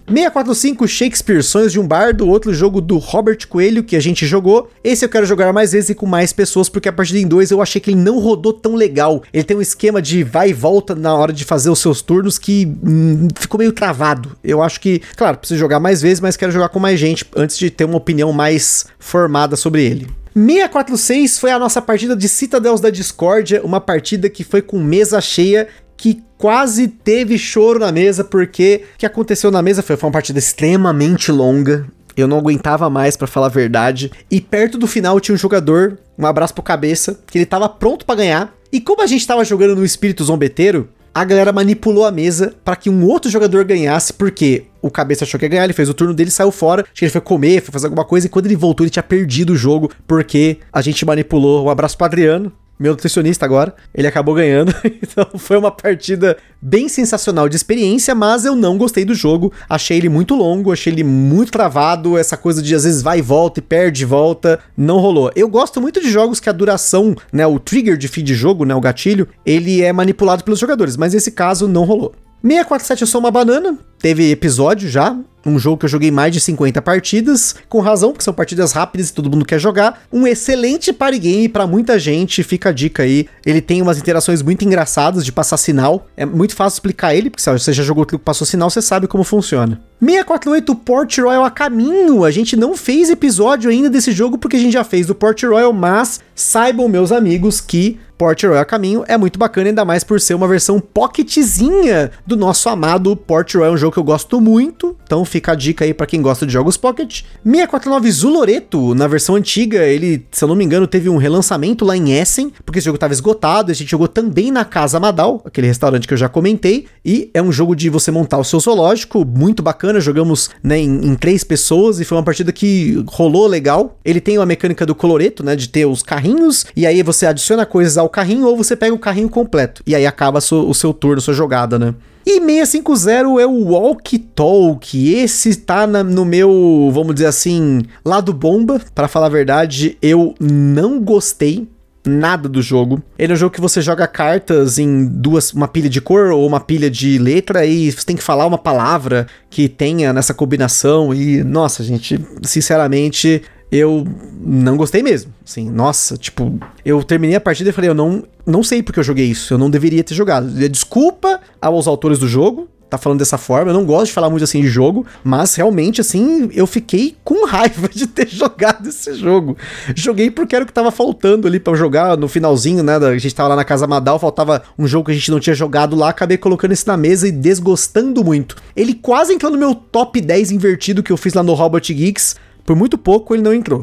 seiscentos e quarenta e cinco, Shakespeare, Sonhos de um Bardo, outro jogo do Robert Coelho que a gente jogou. Esse eu quero jogar mais vezes e com mais pessoas, porque a partida em dois eu achei que ele não rodou tão legal. Ele tem um esquema de vai e volta na hora de fazer os seus turnos que hum, ficou meio travado. Eu acho que, claro, preciso jogar mais vezes, mas quero jogar com mais gente antes de ter uma opinião mais formada sobre ele. seiscentos e quarenta e seis foi a nossa partida de Citadels da Discórdia, uma partida que foi com mesa cheia, que quase teve choro na mesa, porque o que aconteceu na mesa foi, foi uma partida extremamente longa. Eu não aguentava mais, pra falar a verdade. E perto do final tinha um jogador, um abraço pro Cabeça, que ele tava pronto pra ganhar. E como a gente tava jogando no espírito zombeteiro, a galera manipulou a mesa pra que um outro jogador ganhasse, porque o Cabeça achou que ia ganhar, ele fez o turno dele, saiu fora, acho que ele foi comer, foi fazer alguma coisa, e quando ele voltou ele tinha perdido o jogo, porque a gente manipulou. Um abraço pro Adriano, meu nutricionista agora, ele acabou ganhando. Então foi uma partida bem sensacional de experiência, mas eu não gostei do jogo, achei ele muito longo, achei ele muito travado, essa coisa de às vezes vai e volta e perde e volta, não rolou. Eu gosto muito de jogos que a duração, né, o trigger de fim de jogo, né, o gatilho, ele é manipulado pelos jogadores, mas nesse caso não rolou. seiscentos e quarenta e sete, eu sou uma banana, teve episódio já, um jogo que eu joguei mais de cinquenta partidas, com razão, porque são partidas rápidas e todo mundo quer jogar. Um excelente party game pra muita gente, fica a dica aí. Ele tem umas interações muito engraçadas de passar sinal, é muito fácil explicar ele, porque se você já jogou aquilo que passou sinal, você sabe como funciona. seiscentos e quarenta e oito, Port Royal a caminho, a gente não fez episódio ainda desse jogo, porque a gente já fez do Port Royal, mas saibam, meus amigos, que Port Royal a caminho é muito bacana, ainda mais por ser uma versão pocketzinha do nosso amado Port Royal, um jogo que eu gosto muito, então fica a dica aí pra quem gosta de jogos pocket. seiscentos e quarenta e nove, Zuloreto, na versão antiga, ele, se eu não me engano, teve um relançamento lá em Essen, porque esse jogo tava esgotado, a gente jogou também na Casa Madal, aquele restaurante que eu já comentei, e é um jogo de você montar o seu zoológico, muito bacana, jogamos, né, em, em três pessoas, e foi uma partida que rolou legal. Ele tem uma mecânica do coloreto, né, de ter os carrinhos, e aí você adiciona coisas ao carrinho, ou você pega o carrinho completo, e aí acaba so, o seu turno, sua jogada, né. E seiscentos e cinquenta é o Walk Talk, esse tá na, no meu, vamos dizer assim, lado bomba, pra falar a verdade, eu não gostei nada do jogo. Ele é um jogo que você joga cartas em duas, uma pilha de cor ou uma pilha de letra, e você tem que falar uma palavra que tenha nessa combinação, e nossa, gente, sinceramente, eu não gostei mesmo, assim, nossa, tipo, eu terminei a partida e falei, eu não, não sei porque eu joguei isso, eu não deveria ter jogado. Desculpa aos autores do jogo, tá falando dessa forma, eu não gosto de falar muito assim de jogo, mas realmente, assim, eu fiquei com raiva de ter jogado esse jogo. Joguei porque era o que tava faltando ali pra jogar no finalzinho, né, a gente tava lá na Casa Madal, faltava um jogo que a gente não tinha jogado lá, acabei colocando esse na mesa e desgostando muito. Ele quase entrou no meu top dez invertido que eu fiz lá no Robot Geeks, por muito pouco ele não entrou.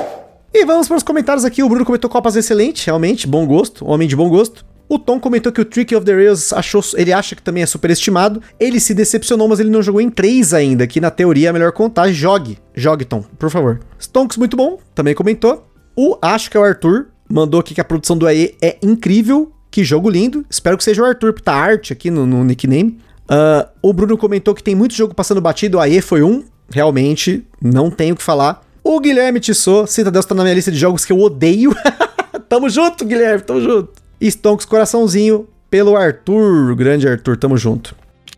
E vamos para os comentários aqui. O Bruno comentou Copas excelente, realmente, bom gosto, homem de bom gosto. O Tom comentou que o Trick of the Rails achou, ele acha que também é superestimado. Ele se decepcionou, mas ele não jogou em três ainda, que na teoria é a melhor contagem. Jogue, jogue, Tom, por favor. Stonks, muito bom, também comentou. O, acho que é o Arthur, mandou aqui que a produção do A E é incrível, que jogo lindo. Espero que seja o Arthur, porque tá arte aqui no, no nickname. Uh, o Bruno comentou que tem muito jogo passando batido, o A E foi um. Realmente, não tenho o que falar. O Guilherme Tissot, Citadel tá na minha lista de jogos que eu odeio. Tamo junto, Guilherme, tamo junto. E Stonks, coraçãozinho pelo Arthur, grande Arthur, tamo junto.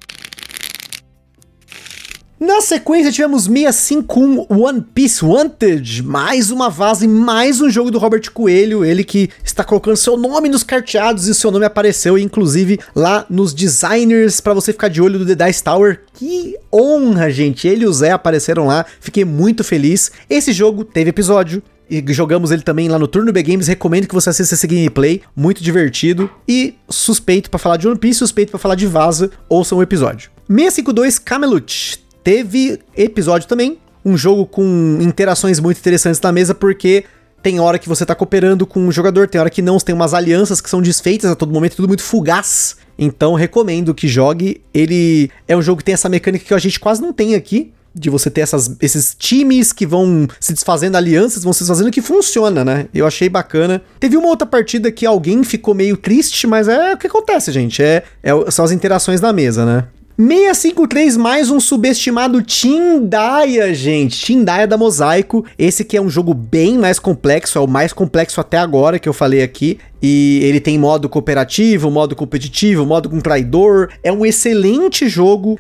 Na sequência tivemos seiscentos e cinquenta e um One Piece Wanted, mais uma vaza e mais um jogo do Robert Coelho, ele que está colocando seu nome nos carteados e seu nome apareceu, inclusive lá nos designers, pra você ficar de olho do The Dice Tower. Que honra, gente, ele e o Zé apareceram lá, fiquei muito feliz. Esse jogo teve episódio, e jogamos ele também lá no Turno B Games, recomendo que você assista esse gameplay, muito divertido, e suspeito pra falar de One Piece, suspeito pra falar de vaza, ouçam o episódio. seiscentos e cinquenta e dois Camelot, teve episódio também, um jogo com interações muito interessantes na mesa, porque tem hora que você tá cooperando com um jogador, tem hora que não, tem umas alianças que são desfeitas a todo momento, tudo muito fugaz. Então recomendo que jogue, ele é um jogo que tem essa mecânica que a gente quase não tem aqui, de você ter essas, esses times que vão se desfazendo, alianças vão se desfazendo, que funciona, né? Eu achei bacana. Teve uma outra partida que alguém ficou meio triste, mas é o que acontece, gente, é, é são as interações na mesa, né? seiscentos e cinquenta e três, mais um subestimado Tindaya, gente. Tindaya da Mosaico. Esse que é um jogo bem mais complexo, é o mais complexo até agora que eu falei aqui. E ele tem modo cooperativo, modo competitivo, modo com traidor. É um excelente jogo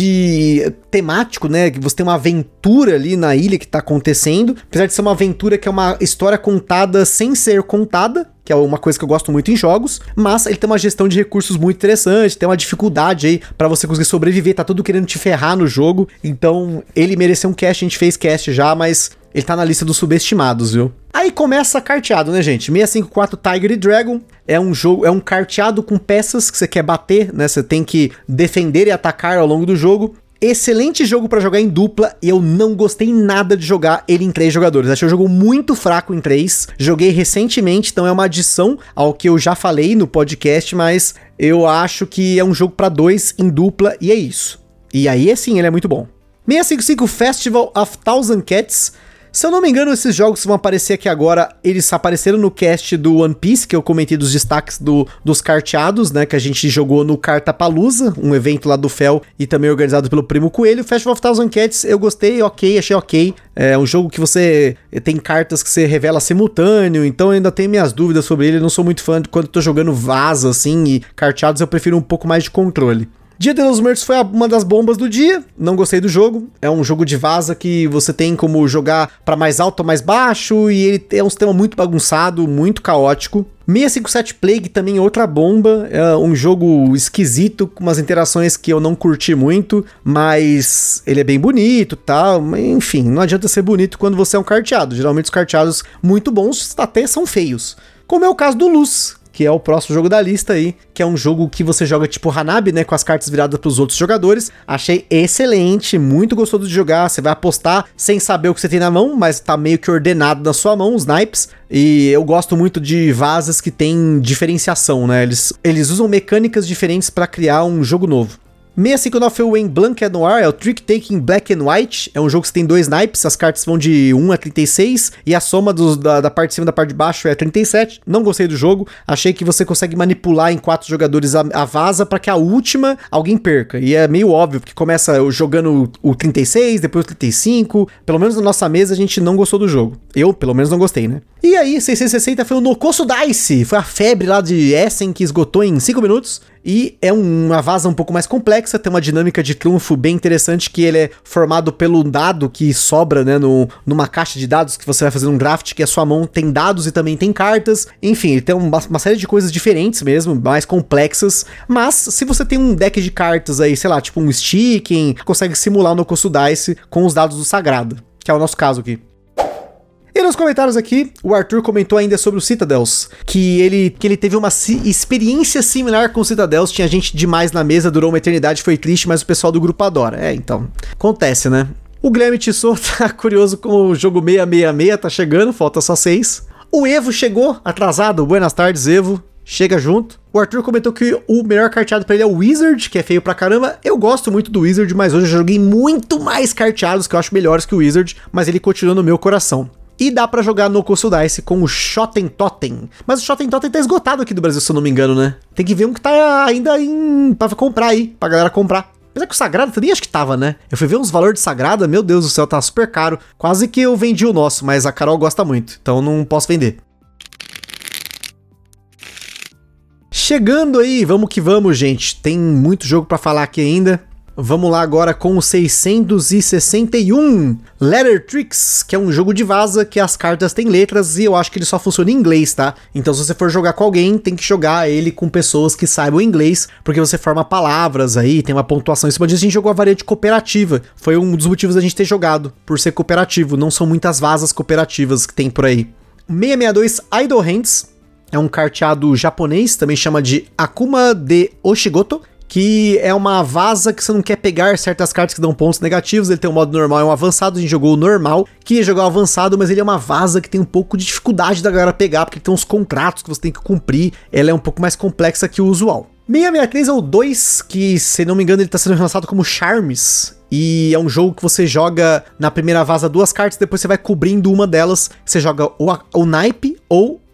de temático, né? Que você tem uma aventura ali na ilha que tá acontecendo. Apesar de ser uma aventura que é uma história contada sem ser contada, que é uma coisa que eu gosto muito em jogos, mas ele tem uma gestão de recursos muito interessante, tem uma dificuldade aí pra você conseguir sobreviver, tá tudo querendo te ferrar no jogo, então ele mereceu um cast, a gente fez cast já, mas ele tá na lista dos subestimados, viu? Aí começa carteado, né, gente? seiscentos e cinquenta e quatro Tiger e Dragon é um jogo, é um carteado com peças que você quer bater, né? Você tem que defender e atacar ao longo do jogo. Excelente jogo pra jogar em dupla, e eu não gostei nada de jogar ele em três jogadores. Achei o jogo muito fraco em três. Joguei recentemente, então é uma adição ao que eu já falei no podcast, mas eu acho que é um jogo pra dois em dupla, e é isso. E aí, assim, ele é muito bom. seiscentos e cinquenta e cinco Festival of Thousand Cats. Se eu não me engano, esses jogos que vão aparecer aqui agora, eles apareceram no cast do One Piece, que eu comentei dos destaques do, dos carteados, né, que a gente jogou no Cartapalooza, um evento lá do Fel e também organizado pelo Primo Coelho. Festival of Thousand Cats, eu gostei, ok, achei ok. É um jogo que você tem cartas que você revela simultâneo, então eu ainda tenho minhas dúvidas sobre ele. Eu não sou muito fã de quando eu tô jogando vaza, assim, e carteados eu prefiro um pouco mais de controle. Dia de los Muertos foi uma das bombas do dia, não gostei do jogo, é um jogo de vaza que você tem como jogar pra mais alto ou mais baixo, e ele é um sistema muito bagunçado, muito caótico. seiscentos e cinquenta e sete Plague também é outra bomba, é um jogo esquisito, com umas interações que eu não curti muito, mas ele é bem bonito e tal, enfim, não adianta ser bonito quando você é um carteado, geralmente os carteados muito bons até são feios, como é o caso do Luz, que é o próximo jogo da lista aí, que é um jogo que você joga tipo Hanabi, né, com as cartas viradas pros outros jogadores. Achei excelente, muito gostoso de jogar, você vai apostar sem saber o que você tem na mão, mas tá meio que ordenado na sua mão, os naipes, e eu gosto muito de vazas que tem diferenciação, né, eles, eles usam mecânicas diferentes pra criar um jogo novo. seiscentos e cinquenta e nove Wayne Blanc Noir é o Trick Taking Black and White, é um jogo que você tem dois naipes, as cartas vão de um a trinta e seis e a soma dos, da, da parte de cima e da parte de baixo é trinta e sete, não gostei do jogo, achei que você consegue manipular em quatro jogadores a, a vaza para que a última alguém perca, e é meio óbvio, porque começa jogando o trinta e seis, depois o trinta e cinco, pelo menos na nossa mesa a gente não gostou do jogo, eu pelo menos não gostei, né? E aí, seiscentos e sessenta foi o Nokosu Dice, foi a febre lá de Essen que esgotou em cinco minutos, e é uma vaza um pouco mais complexa, tem uma dinâmica de triunfo bem interessante, que ele é formado pelo dado que sobra, né, no, numa caixa de dados que você vai fazer um draft, que a sua mão tem dados e também tem cartas, enfim, ele tem uma, uma série de coisas diferentes mesmo, mais complexas, mas se você tem um deck de cartas aí, sei lá, tipo um Sticking, consegue simular o Nokosu Dice com os dados do Sagrado, que é o nosso caso aqui. E nos comentários aqui, o Arthur comentou ainda sobre o Citadels, que ele, que ele teve uma si- experiência similar com o Citadels, tinha gente demais na mesa, durou uma eternidade, foi triste, mas o pessoal do grupo adora. É, então, acontece, né? O Guilherme Tissot tá curioso com o jogo seiscentos e sessenta e seis, tá chegando, falta só seis. O Evo chegou, atrasado, buenas tardes, Evo. Chega junto. O Arthur comentou que o melhor carteado pra ele é o Wizard, que é feio pra caramba. Eu gosto muito do Wizard, mas hoje eu joguei muito mais carteados que eu acho melhores que o Wizard, mas ele continua no meu coração. E dá pra jogar no Nokosu Dice com o Shoten Totem. Mas o Shoten Totem tá esgotado aqui do Brasil, se eu não me engano, né? Tem que ver um que tá ainda em... pra comprar aí, pra galera comprar. Apesar que o Sagrada também acho que tava, né? Eu fui ver uns valores de Sagrada, meu Deus do céu, tá super caro. Quase que eu vendi o nosso, mas a Carol gosta muito, então não posso vender. Chegando aí, vamos que vamos, gente. Tem muito jogo pra falar aqui ainda. Vamos lá agora com o seiscentos e sessenta e um Letter Tricks, que é um jogo de vaza que as cartas têm letras e eu acho que ele só funciona em inglês, tá? Então se você for jogar com alguém, tem que jogar ele com pessoas que saibam inglês, porque você forma palavras aí, tem uma pontuação em cima disso. A gente jogou a variante cooperativa, foi um dos motivos da gente ter jogado, por ser cooperativo, não são muitas vazas cooperativas que tem por aí. seiscentos e sessenta e dois Idle Hands é um carteado japonês, também chama de Akuma de Oshigoto, que é uma vaza que você não quer pegar certas cartas que dão pontos negativos. Ele tem um modo normal e um avançado, a gente jogou o normal, que ia jogar o avançado, mas ele é uma vaza que tem um pouco de dificuldade da galera pegar, porque tem uns contratos que você tem que cumprir, ela é um pouco mais complexa que o usual. seiscentos e sessenta e três é o dois, que se não me engano ele está sendo lançado como Charms, e é um jogo que você joga na primeira vaza duas cartas, depois você vai cobrindo uma delas, você joga o, o naipe ou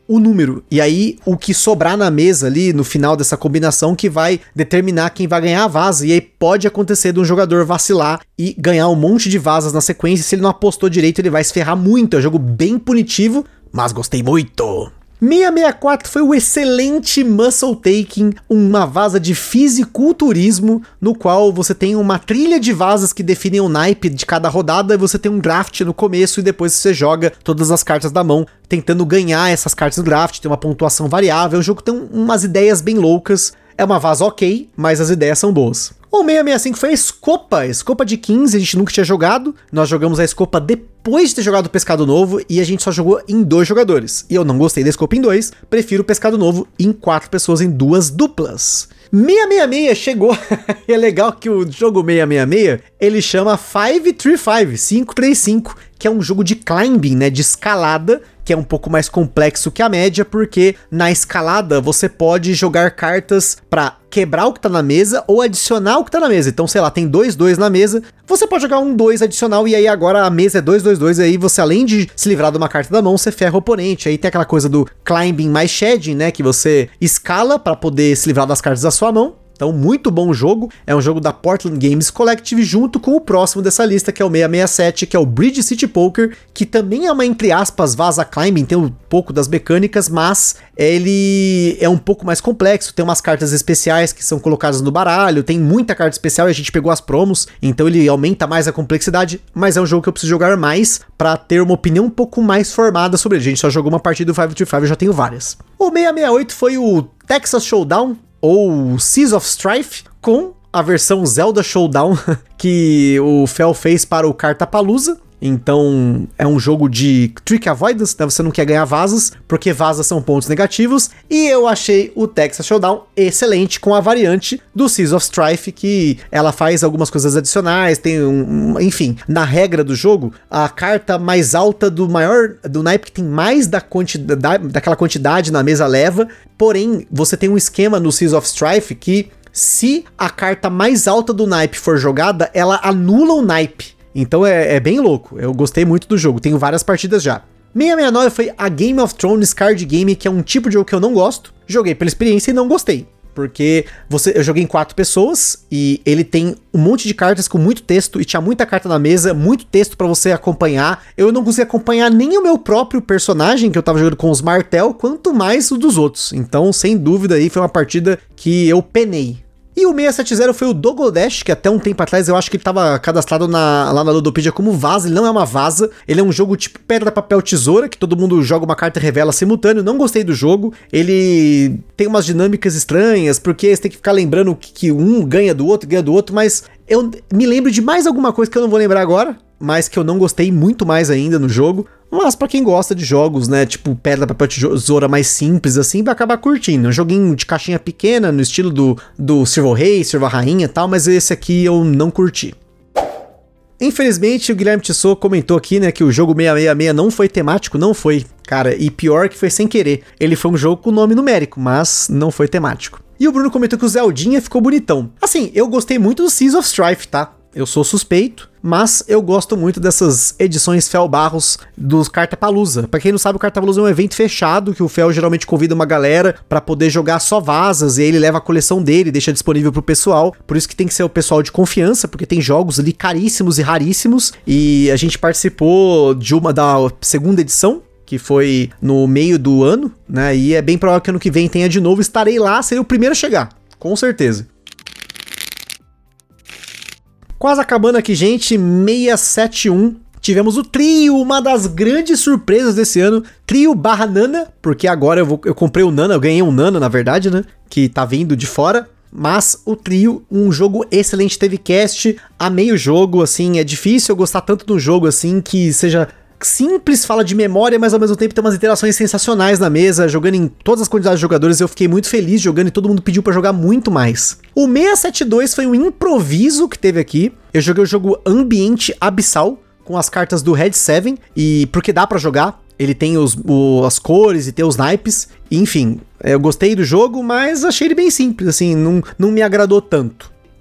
o número. E aí, o que sobrar na mesa ali, no final dessa combinação, que vai determinar quem vai ganhar a vaza. E aí pode acontecer de um jogador vacilar e ganhar um monte de vazas na sequência. Se ele não apostou direito, ele vai se ferrar muito. É um jogo bem punitivo, mas gostei muito. seiscentos e sessenta e quatro foi o excelente Muscle Taking, uma vaza de fisiculturismo, no qual você tem uma trilha de vazas que definem o naipe de cada rodada, e você tem um draft no começo e depois você joga todas as cartas da mão, tentando ganhar essas cartas do draft, tem uma pontuação variável. O jogo tem umas ideias bem loucas, é uma vaza ok, mas as ideias são boas. O seiscentos e sessenta e cinco foi a Escopa, Escopa de quinze, a gente nunca tinha jogado, nós jogamos a Escopa depois de ter jogado o Pescado Novo, e a gente só jogou em dois jogadores, e eu não gostei da Escopa em dois, prefiro o Pescado Novo em quatro pessoas em duas duplas. seiscentos e sessenta e seis chegou, e é legal que o jogo seiscentos e sessenta e seis, ele chama cinco três cinco, cinco três cinco, que é um jogo de climbing, né, de escalada, que é um pouco mais complexo que a média, porque na escalada você pode jogar cartas pra quebrar o que tá na mesa ou adicionar o que tá na mesa. Então, sei lá, tem dois dois na mesa, você pode jogar um dois adicional e aí agora a mesa é dois dois dois, e aí você, além de se livrar de uma carta da mão, você ferra o oponente. Aí tem aquela coisa do climbing mais shedding, né, que você escala pra poder se livrar das cartas da sua mão. Então, muito bom jogo. É um jogo da Portland Games Collective, junto com o próximo dessa lista, que é o seiscentos e sessenta e sete, que é o Bridge City Poker, que também é uma, entre aspas, vaza climbing, tem um pouco das mecânicas, mas ele é um pouco mais complexo, tem umas cartas especiais que são colocadas no baralho, tem muita carta especial e a gente pegou as promos, então ele aumenta mais a complexidade, mas é um jogo que eu preciso jogar mais pra ter uma opinião um pouco mais formada sobre ele. A gente só jogou uma partida do cinco três cinco, eu já tenho várias. O seiscentos e sessenta e oito foi o Texas Showdown, ou Seas of Strife, com a versão Zelda Showdown que o Fel fez para o Cartapalooza. Então é um jogo de trick avoidance, né? Você não quer ganhar vazas, porque vazas são pontos negativos. E eu achei o Texas Showdown excelente, com a variante do Seas of Strife, que ela faz algumas coisas adicionais, tem um, um... Enfim, na regra do jogo, a carta mais alta do maior... do naipe que tem mais da quantidade, daquela quantidade na mesa leva. Porém, você tem um esquema no Seas of Strife que, se a carta mais alta do naipe for jogada, ela anula o naipe. Então é, é bem louco, eu gostei muito do jogo, tenho várias partidas já. seiscentos e sessenta e nove foi a Game of Thrones Card Game, que é um tipo de jogo que eu não gosto. Joguei pela experiência e não gostei, porque você, eu joguei em quatro pessoas e ele tem um monte de cartas com muito texto, e tinha muita carta na mesa, muito texto pra você acompanhar. Eu não consegui acompanhar nem o meu próprio personagem, que eu tava jogando com os Martel, quanto mais o dos outros. Então, sem dúvida, aí foi uma partida que eu penei. E o seiscentos e setenta foi o Dogodash, que até um tempo atrás eu acho que ele tava cadastrado na, lá na Ludopedia como vaza. Ele não é uma vaza, ele é um jogo tipo pedra, papel, tesoura, que todo mundo joga uma carta e revela simultâneo. Não gostei do jogo, ele tem umas dinâmicas estranhas, porque você tem que ficar lembrando que, que um ganha do outro, ganha do outro, mas eu me lembro de mais alguma coisa que eu não vou lembrar agora, mas que eu não gostei muito mais ainda no jogo. Mas pra quem gosta de jogos, né, tipo pedra, papel, tesoura mais simples assim, vai acabar curtindo. Um joguinho de caixinha pequena, no estilo do, do Sirvo Rei, Sirvo Rainha e tal, mas esse aqui eu não curti. Infelizmente, o Guilherme Tissot comentou aqui, né, que o jogo seiscentos e sessenta e seis não foi temático, não foi, cara, e pior que foi sem querer. Ele foi um jogo com nome numérico, mas não foi temático. E o Bruno comentou que o Zeldinha ficou bonitão. Assim, eu gostei muito do Seas of Strife, tá? Eu sou suspeito, mas eu gosto muito dessas edições Fel Barros dos Cartapalooza. Pra quem não sabe, o Cartapalooza é um evento fechado, que o Fel geralmente convida uma galera pra poder jogar só vazas, e aí ele leva a coleção dele, deixa disponível pro pessoal. Por isso que tem que ser o pessoal de confiança, porque tem jogos ali caríssimos e raríssimos, e a gente participou de uma da segunda edição, que foi no meio do ano, né, e é bem provável que ano que vem tenha de novo. Estarei lá, serei o primeiro a chegar, com certeza. Quase acabando aqui, gente, seiscentos e setenta e um. Tivemos o trio, uma das grandes surpresas desse ano. Trio barra Nana, porque agora eu, vou, eu comprei o Nana, eu ganhei um Nana, na verdade, né? Que tá vindo de fora. Mas o trio, um jogo excelente, teve cast, amei o jogo, assim, é difícil eu gostar tanto de um jogo, assim, que seja simples, fala de memória, mas ao mesmo tempo tem umas interações sensacionais na mesa, jogando em todas as quantidades de jogadores. Eu fiquei muito feliz jogando e todo mundo pediu pra jogar muito mais. O seiscentos e setenta e dois foi um improviso que teve aqui. Eu joguei o jogo Ambiente Abissal com as cartas do Red sete, e porque dá pra jogar, ele tem os, o, as cores e tem os naipes, enfim, eu gostei do jogo, mas achei ele bem simples, assim, não, não me agradou tanto.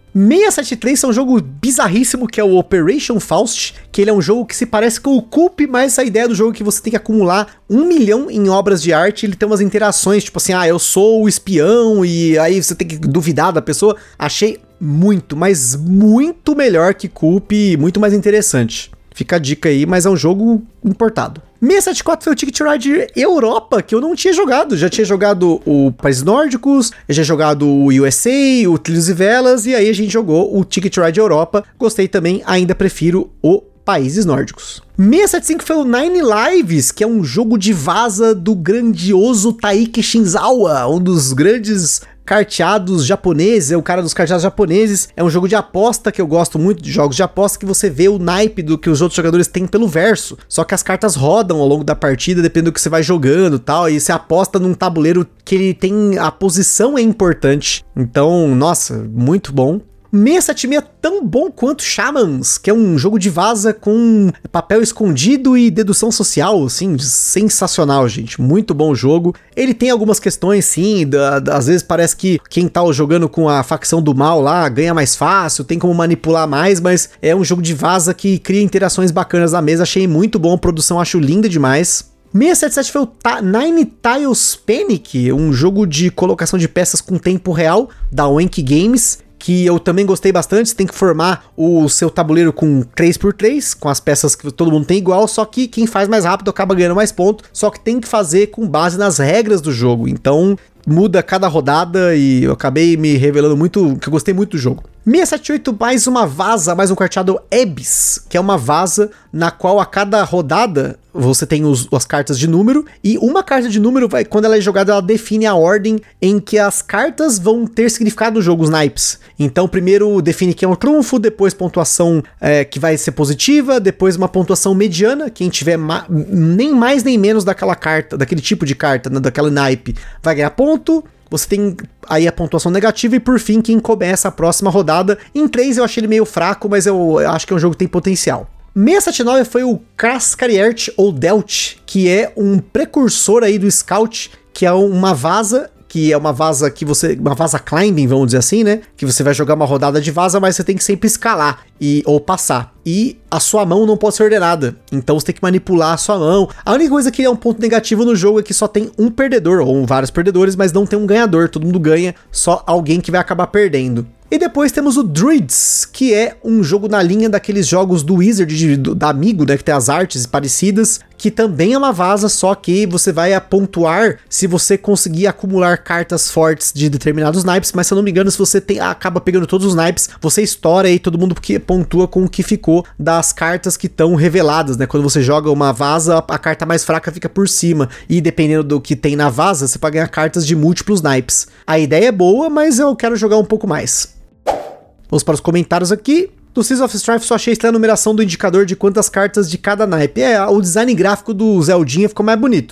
seiscentos e setenta e três é um jogo bizarríssimo, que é o Operation Faust, que ele é um jogo que se parece com o Coop, mas a ideia do jogo é que você tem que acumular um milhão em obras de arte, ele tem umas interações, tipo assim, ah, eu sou o espião, e aí você tem que duvidar da pessoa. Achei muito, mas muito melhor que Coop, muito mais interessante. Fica a dica aí, mas é um jogo importado. seiscentos e setenta e quatro foi o Ticket Ride Europa, que eu não tinha jogado. Já tinha jogado o Países Nórdicos, eu já tinha jogado o U S A, o Trilhos e Velas, e aí a gente jogou o Ticket Ride Europa. Gostei também, ainda prefiro o Países Nórdicos. seiscentos e setenta e cinco foi o Nine Lives, que é um jogo de vaza do grandioso Taiki Shinzawa, um dos grandes carteados japoneses, é o cara dos carteados japoneses. É um jogo de aposta que eu gosto muito de jogos de aposta, que você vê o naipe do que os outros jogadores têm pelo verso, só que as cartas rodam ao longo da partida, dependendo do que você vai jogando e tal, e você aposta num tabuleiro que ele tem, a posição é importante. Então, nossa, muito bom. seiscentos e setenta e seis é tão bom quanto Shamans, que é um jogo de vaza com papel escondido e dedução social, assim, sensacional, gente, muito bom jogo. Ele tem algumas questões, sim, da, da, às vezes parece que quem tá jogando com a facção do mal lá ganha mais fácil, tem como manipular mais, mas é um jogo de vaza que cria interações bacanas na mesa, achei muito bom, a produção acho linda demais. seiscentos e setenta e sete foi o Ta- Nine Tiles Panic, um jogo de colocação de peças com tempo real da Wank Games, que eu também gostei bastante. Você tem que formar o seu tabuleiro com três por três, com as peças que todo mundo tem igual, só que quem faz mais rápido acaba ganhando mais pontos, só que tem que fazer com base nas regras do jogo, então muda cada rodada e eu acabei me revelando muito, que eu gostei muito do jogo. seiscentos e setenta e oito, mais uma vaza, mais um carteado Abyss, que é uma vaza na qual a cada rodada você tem os, as cartas de número, e uma carta de número, vai, quando ela é jogada, ela define a ordem em que as cartas vão ter significado no jogo, os naipes. Então primeiro define que é um trunfo, depois pontuação é, que vai ser positiva, depois uma pontuação mediana, quem tiver ma- nem mais nem menos daquela carta, daquele tipo de carta, né, daquela naipe, vai ganhar ponto. Você tem aí a pontuação negativa e por fim quem começa a próxima rodada. Em três eu achei ele meio fraco, mas eu acho que é um jogo que tem potencial. seiscentos e setenta e nove foi o Cascariert ou Delt, que é um precursor aí do Scout, que é uma vaza, que é uma vaza que você, uma vaza climbing, vamos dizer assim, né? Que você vai jogar uma rodada de vaza, mas você tem que sempre escalar e ou passar. E a sua mão não pode ser ordenada, então você tem que manipular a sua mão. A única coisa que é um ponto negativo no jogo é que só tem um perdedor, ou vários perdedores, mas não tem um ganhador, todo mundo ganha, só alguém que vai acabar perdendo. E depois temos o Druids, que é um jogo na linha daqueles jogos do Wizard, de, do, da Amigo, né, que tem as artes parecidas, que também é uma vaza, só que você vai a pontuar se você conseguir acumular cartas fortes de determinados naipes, mas se eu não me engano, se você tem, acaba pegando todos os naipes, você estoura aí todo mundo porque pontua com o que ficou das cartas que estão reveladas, né? Quando você joga uma vaza, a carta mais fraca fica por cima, e dependendo do que tem na vaza, você pode ganhar cartas de múltiplos naipes. A ideia é boa, mas eu quero jogar um pouco mais. Vamos para os comentários aqui. Do Seas of Strife só achei estranha a numeração do indicador de quantas cartas de cada naipe. É, o design gráfico do Zeldinha ficou mais bonito,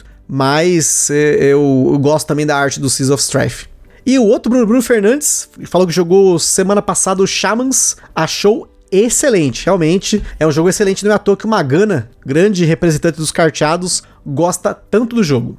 mas é, eu, eu gosto também da arte do Seas of Strife. E o outro, Bruno, Bruno Fernandes, falou que jogou semana passada o Shamans, achou excelente, realmente é um jogo excelente, não é à toa que o Magana, grande representante dos carteados, gosta tanto do jogo.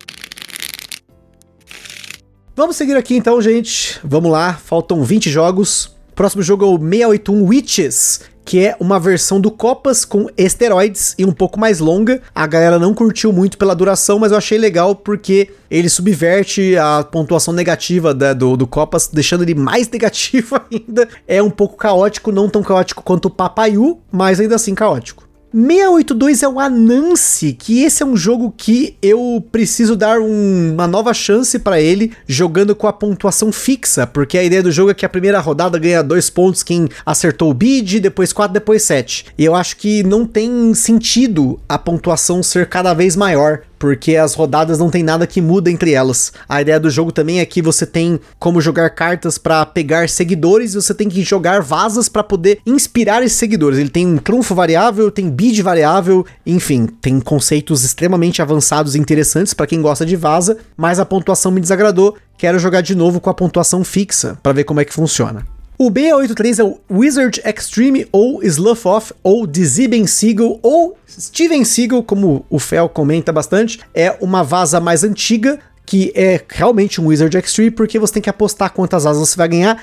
Vamos seguir aqui então, gente, vamos lá, faltam vinte jogos. O próximo jogo é o seiscentos e oitenta e um Witches, que é uma versão do Copas com esteroides e um pouco mais longa. A galera não curtiu muito pela duração, mas eu achei legal porque ele subverte a pontuação negativa da, do, do Copas, deixando ele mais negativo ainda. É um pouco caótico, não tão caótico quanto o Papayu, mas ainda assim caótico. seiscentos e oitenta e dois é o Anansi, que esse é um jogo que eu preciso dar um, uma nova chance pra ele, jogando com a pontuação fixa, porque a ideia do jogo é que a primeira rodada ganha dois pontos quem acertou o bid, depois quatro, depois sete. E eu acho que não tem sentido a pontuação ser cada vez maior, porque as rodadas não tem nada que muda entre elas. A ideia do jogo também é que você tem como jogar cartas para pegar seguidores, e você tem que jogar vazas para poder inspirar esses seguidores. Ele tem um trunfo variável, tem bid variável, enfim, tem conceitos extremamente avançados e interessantes para quem gosta de vaza, mas a pontuação me desagradou. Quero jogar de novo com a pontuação fixa para ver como é que funciona. O seiscentos e oitenta e três é o Wizard Extreme ou Slough Off ou Ziben Seagull ou Steven Seagull, como o Fel comenta bastante. É uma vaza mais antiga que é realmente um Wizard Extreme, porque você tem que apostar quantas asas você vai ganhar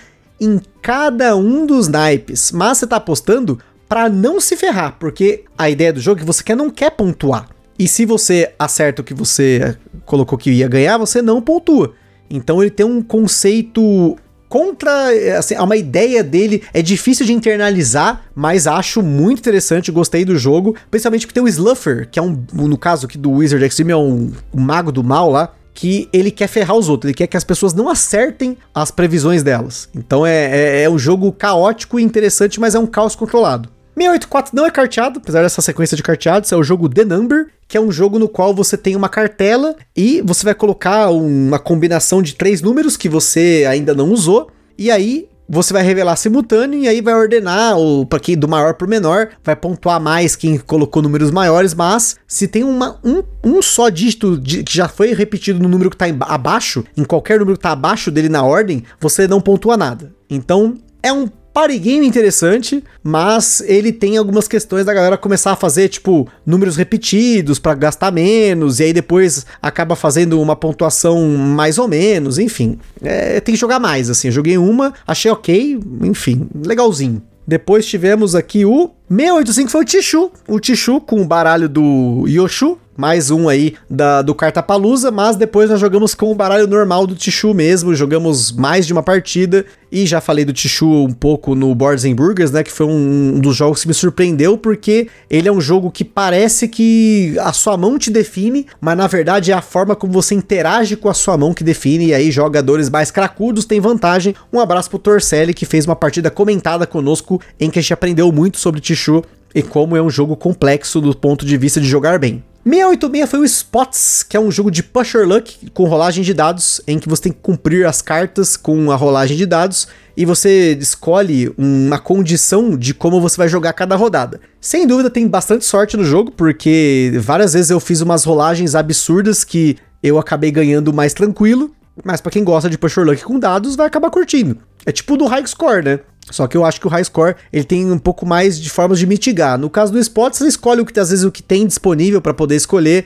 em cada um dos naipes, mas você tá apostando pra não se ferrar, porque a ideia do jogo é que você quer, não quer pontuar. E se você acerta o que você colocou que ia ganhar, você não pontua. Então ele tem um conceito contra, assim, uma ideia dele, é difícil de internalizar, mas acho muito interessante, gostei do jogo, principalmente porque tem o Sluffer, que é um, no caso aqui do Wizard Extreme, é um, um mago do mal lá, que ele quer ferrar os outros, ele quer que as pessoas não acertem as previsões delas. Então é, é, é um jogo caótico e interessante, mas é um caos controlado. seiscentos e oitenta e quatro não é carteado, apesar dessa sequência de carteados, é o jogo The Number, que é um jogo no qual você tem uma cartela e você vai colocar uma combinação de três números que você ainda não usou, e aí você vai revelar simultâneo e aí vai ordenar o, para quem do maior pro menor, vai pontuar mais quem colocou números maiores, mas se tem uma, um, um só dígito de, que já foi repetido no número que tá em, abaixo, em qualquer número que tá abaixo dele na ordem, você não pontua nada. Então é um party game interessante, mas ele tem algumas questões da galera começar a fazer, tipo, números repetidos pra gastar menos, e aí depois acaba fazendo uma pontuação mais ou menos, enfim. É, tem que jogar mais, assim. Eu joguei uma, achei ok, enfim, legalzinho. Depois tivemos aqui o seiscentos e oitenta e cinco, foi o Tichu. O Tichu com o baralho do Yoshu, mais um aí da, do Cartapalusa, mas depois nós jogamos com o baralho normal do Tichu mesmo, jogamos mais de uma partida, e já falei do Tichu um pouco no Boards and Burgers, né, que foi um, um dos jogos que me surpreendeu, porque ele é um jogo que parece que a sua mão te define, mas na verdade é a forma como você interage com a sua mão que define, e aí jogadores mais cracudos têm vantagem. Um abraço pro Torcelli, que fez uma partida comentada conosco, em que a gente aprendeu muito sobre Tichu, e como é um jogo complexo do ponto de vista de jogar bem. seiscentos e oitenta e seis foi o Spots, que é um jogo de Pusher Luck com rolagem de dados, em que você tem que cumprir as cartas com a rolagem de dados e você escolhe uma condição de como você vai jogar cada rodada. Sem dúvida tem bastante sorte no jogo, porque várias vezes eu fiz umas rolagens absurdas que eu acabei ganhando mais tranquilo, mas pra quem gosta de Pusher Luck com dados vai acabar curtindo. É tipo do High Score, né? Só que eu acho que o High Score, ele tem um pouco mais de formas de mitigar. No caso do Spots, você escolhe o que, às vezes, o que tem disponível para poder escolher,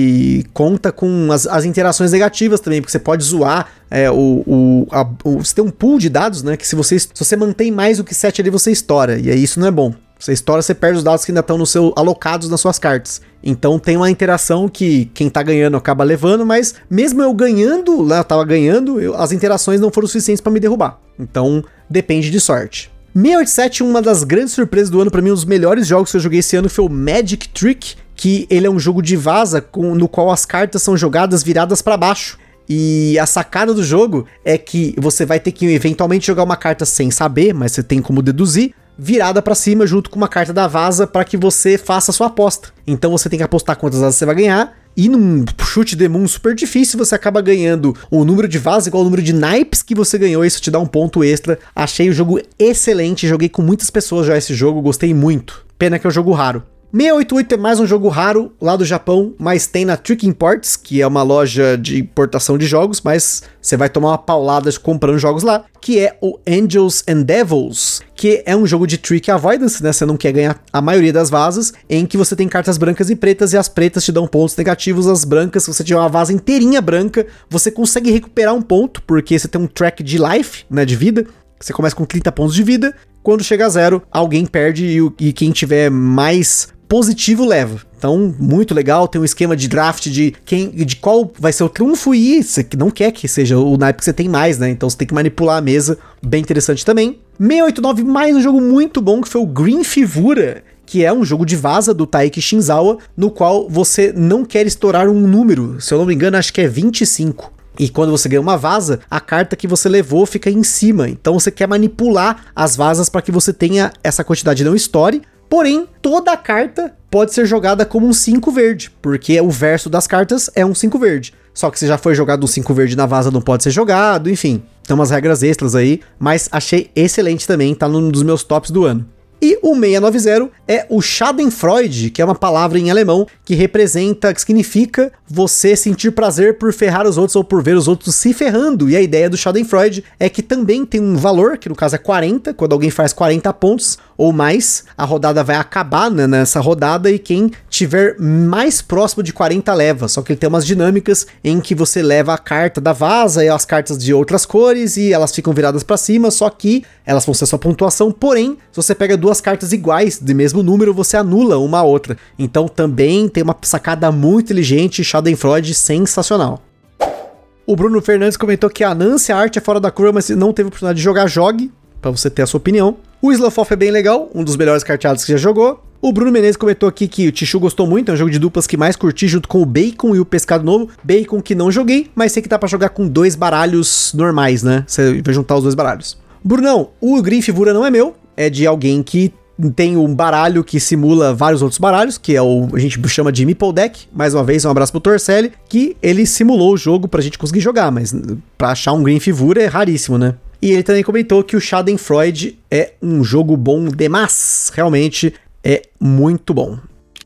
e conta com as, as interações negativas também, porque você pode zoar é, o, o, a, o... Você tem um pool de dados, né? Que se você, se você mantém mais do que sete ali, você estoura. E aí isso não é bom. Você estoura, você perde os dados que ainda estão no seu, alocados nas suas cartas. Então tem uma interação que quem tá ganhando acaba levando, mas mesmo eu ganhando, lá eu tava ganhando, eu, as interações não foram suficientes para me derrubar. Então depende de sorte. seiscentos e oitenta e sete, uma das grandes surpresas do ano, para mim, um dos melhores jogos que eu joguei esse ano foi o Magic Trick, que ele é um jogo de vaza com, no qual as cartas são jogadas viradas para baixo. E a sacada do jogo é que você vai ter que eventualmente jogar uma carta sem saber, mas você tem como deduzir, virada pra cima junto com uma carta da vaza para que você faça a sua aposta. Então você tem que apostar quantas vazas você vai ganhar, e num chute de moon super difícil você acaba ganhando o número de vazas igual ao número de naipes que você ganhou, isso te dá um ponto extra. Achei o jogo excelente, joguei com muitas pessoas já esse jogo, gostei muito. Pena que é um jogo raro. seiscentos e oitenta e oito é mais um jogo raro lá do Japão, mas tem na Trick Imports, que é uma loja de importação de jogos, mas você vai tomar uma paulada comprando jogos lá, que é o Angels and Devils, que é um jogo de Trick Avoidance, né? Você não quer ganhar a maioria das vazas, em que você tem cartas brancas e pretas, e as pretas te dão pontos negativos, as brancas, se você tiver uma vaza inteirinha branca, você consegue recuperar um ponto, porque você tem um track de life, né, de vida. Você começa com trinta pontos de vida, quando chega a zero, alguém perde e, e quem tiver mais positivo leva. Então, muito legal, tem um esquema de draft de quem, de qual vai ser o trunfo, e você não quer que seja o naipe que você tem mais, né? Então você tem que manipular a mesa, bem interessante também. seiscentos e oitenta e nove, mais um jogo muito bom, que foi o Green Fivura, que é um jogo de vaza do Taiki Shinzawa, no qual você não quer estourar um número, se eu não me engano, acho que é vinte e cinco. E quando você ganha uma vaza, a carta que você levou fica em cima. Então você quer manipular as vazas para que você tenha essa quantidade não estoure. Porém, toda a carta pode ser jogada como um cinco verde, porque o verso das cartas é um cinco verde. Só que se já foi jogado um cinco verde na vaza, não pode ser jogado, enfim. Tem umas regras extras aí, mas achei excelente também, tá num dos meus tops do ano. E o seiscentos e noventa é o Schadenfreude, que é uma palavra em alemão que representa, que significa você sentir prazer por ferrar os outros ou por ver os outros se ferrando. E a ideia do Schadenfreude é que também tem um valor, que no caso é quarenta, quando alguém faz quarenta pontos, ou mais, a rodada vai acabar, né, nessa rodada, e quem tiver mais próximo de quarenta leva. Só que ele tem umas dinâmicas em que você leva a carta da vaza e as cartas de outras cores e elas ficam viradas pra cima, só que elas vão ser sua pontuação, porém, se você pega duas cartas iguais, de mesmo número, você anula uma a outra. Então também tem uma sacada muito inteligente, Schadenfreude sensacional. O Bruno Fernandes comentou que a Nancy, a arte é fora da curva, mas se não teve oportunidade de jogar, jogue, pra você ter a sua opinião. O Slofoff é bem legal, um dos melhores carteados que já jogou. O Bruno Menezes comentou aqui que o Tichu gostou muito, é um jogo de duplas que mais curti junto com o Bacon e o Pescado Novo. Bacon que não joguei, mas sei que dá pra jogar com dois baralhos normais, né? Você vai juntar os dois baralhos. Brunão, o Green Figura não é meu, é de alguém que tem um baralho que simula vários outros baralhos, que é o a gente chama de Meeple Deck. Mais uma vez, um abraço pro Torcelli, que ele simulou o jogo pra gente conseguir jogar, mas pra achar um Green Figura é raríssimo, né? E ele também comentou que o Schadenfreude é um jogo bom demais, realmente é muito bom.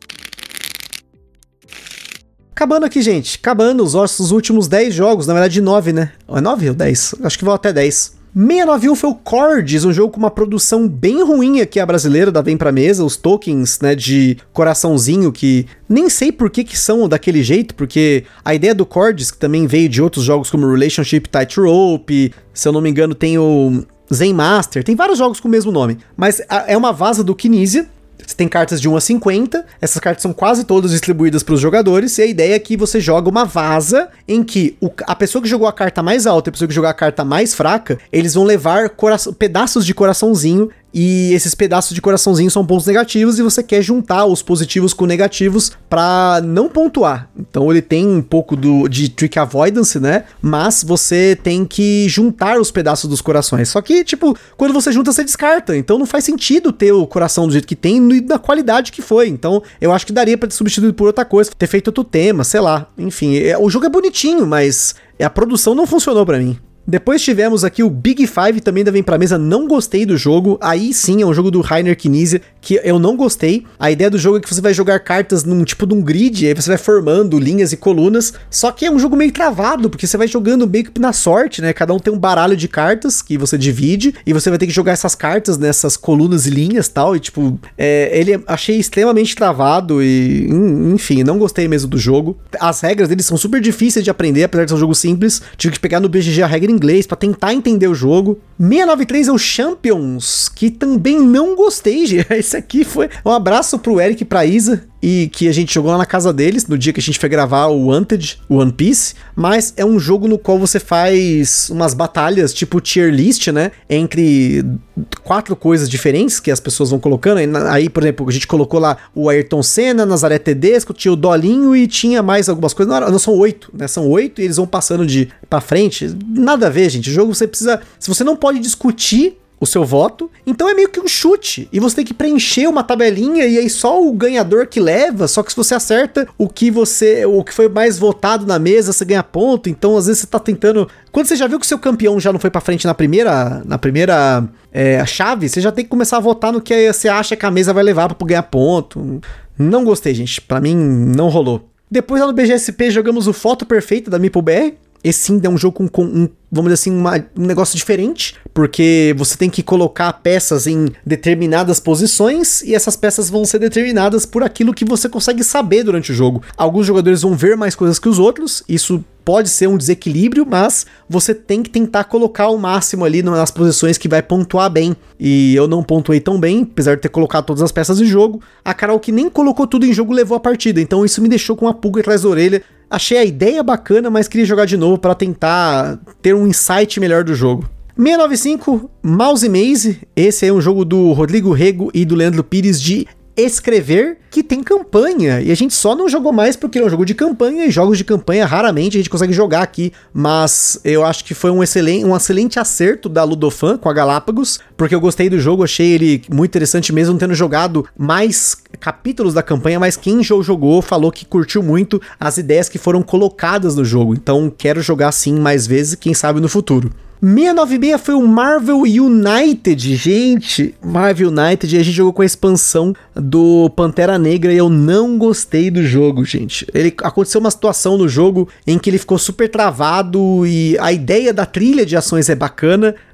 Acabando aqui, gente, acabando os nossos últimos dez jogos, na verdade nove, né? É nove ou dez? Acho que vão até dez. seiscentos e noventa e um foi o Chords, um jogo com uma produção bem ruim aqui a brasileira, da Vem Pra Mesa, os tokens, né, de coraçãozinho que nem sei por que que são daquele jeito, porque a ideia do Chords, que também veio de outros jogos como Relationship Tightrope, se eu não me engano tem o Zen Master, tem vários jogos com o mesmo nome, mas é uma vaza do Kinesia. Você tem cartas de um a cinquenta, essas cartas são quase todas distribuídas para os jogadores, e a ideia é que você joga uma vaza em que o, a pessoa que jogou a carta mais alta e a pessoa que jogou a carta mais fraca, eles vão levar pedaços de coraçãozinho, e esses pedaços de coraçãozinho são pontos negativos, e você quer juntar os positivos com negativos pra não pontuar. Então ele tem um pouco do, de trick avoidance, né? Mas você tem que juntar os pedaços dos corações. Só que, tipo, quando você junta, você descarta. Então não faz sentido ter o coração do jeito que tem e da qualidade que foi. Então eu acho que daria pra ter substituído por outra coisa, ter feito outro tema, sei lá. Enfim, é, o jogo é bonitinho, mas a produção não funcionou pra mim. Depois tivemos aqui o Big Five, também da Vem Pra Mesa, não gostei do jogo. Aí sim, é um jogo do Rainer Knizia, que eu não gostei. A ideia do jogo é que você vai jogar cartas num tipo de um grid, aí você vai formando linhas e colunas. Só que é um jogo meio travado, porque você vai jogando meio que na sorte, né? Cada um tem um baralho de cartas que você divide, e você vai ter que jogar essas cartas nessas colunas e linhas e tal. E tipo, é, ele achei extremamente travado e, enfim, não gostei mesmo do jogo. As regras dele são super difíceis de aprender, apesar de ser um jogo simples. Tive que pegar no B G G a regra em inglês pra tentar entender o jogo. seiscentos e noventa e três é o Champions, que também não gostei, gente. Esse aqui foi um abraço pro Eric e pra Isa, e que a gente jogou lá na casa deles, no dia que a gente foi gravar o Wanted, o One Piece, mas é um jogo no qual você faz umas batalhas, tipo tier list, né, entre quatro coisas diferentes que as pessoas vão colocando, aí, por exemplo, a gente colocou lá o Ayrton Senna, Nazaré Tedesco, tinha o Dolinho e tinha mais algumas coisas, não, não são oito, né, são oito e eles vão passando de pra frente, nada a ver, gente, o jogo você precisa, se você não pode discutir o seu voto, então é meio que um chute, e você tem que preencher uma tabelinha, e aí só o ganhador que leva, só que se você acerta o que você, o que foi mais votado na mesa, você ganha ponto, então às vezes você tá tentando, quando você já viu que o seu campeão já não foi pra frente na primeira, na primeira é, chave, você já tem que começar a votar no que você acha que a mesa vai levar pra ganhar ponto. Não gostei, gente, pra mim não rolou. Depois lá no B G S P jogamos o Foto Perfeita da Meeple B R. Esse sim é um jogo com, com um, vamos dizer assim, uma, um negócio diferente, porque você tem que colocar peças em determinadas posições, e essas peças vão ser determinadas por aquilo que você consegue saber durante o jogo. Alguns jogadores vão ver mais coisas que os outros, isso pode ser um desequilíbrio, mas você tem que tentar colocar o máximo ali nas posições que vai pontuar bem. E eu não pontuei tão bem, apesar de ter colocado todas as peças em jogo. A Carol, que nem colocou tudo em jogo, levou a partida, então isso me deixou com uma pulga atrás da orelha. Achei a ideia bacana, mas queria jogar de novo para tentar ter um insight melhor do jogo. seiscentos e noventa e cinco, Mouse Maze. Esse é um jogo do Rodrigo Rego e do Leandro Pires de escrever, que tem campanha, e a gente só não jogou mais porque é um jogo de campanha, e jogos de campanha raramente a gente consegue jogar aqui, mas eu acho que foi um excelente, um excelente acerto da Ludofan com a Galápagos, porque eu gostei do jogo, achei ele muito interessante mesmo, tendo jogado mais capítulos da campanha, mas quem já jogou falou que curtiu muito as ideias que foram colocadas no jogo, então quero jogar sim mais vezes, quem sabe no futuro. seiscentos e noventa e seis foi o Marvel United, gente, Marvel United, e a gente jogou com a expansão do Pantera Negra e eu não gostei do jogo, gente. Ele, aconteceu uma situação no jogo em que ele ficou super travado e a ideia da trilha de ações é bacana,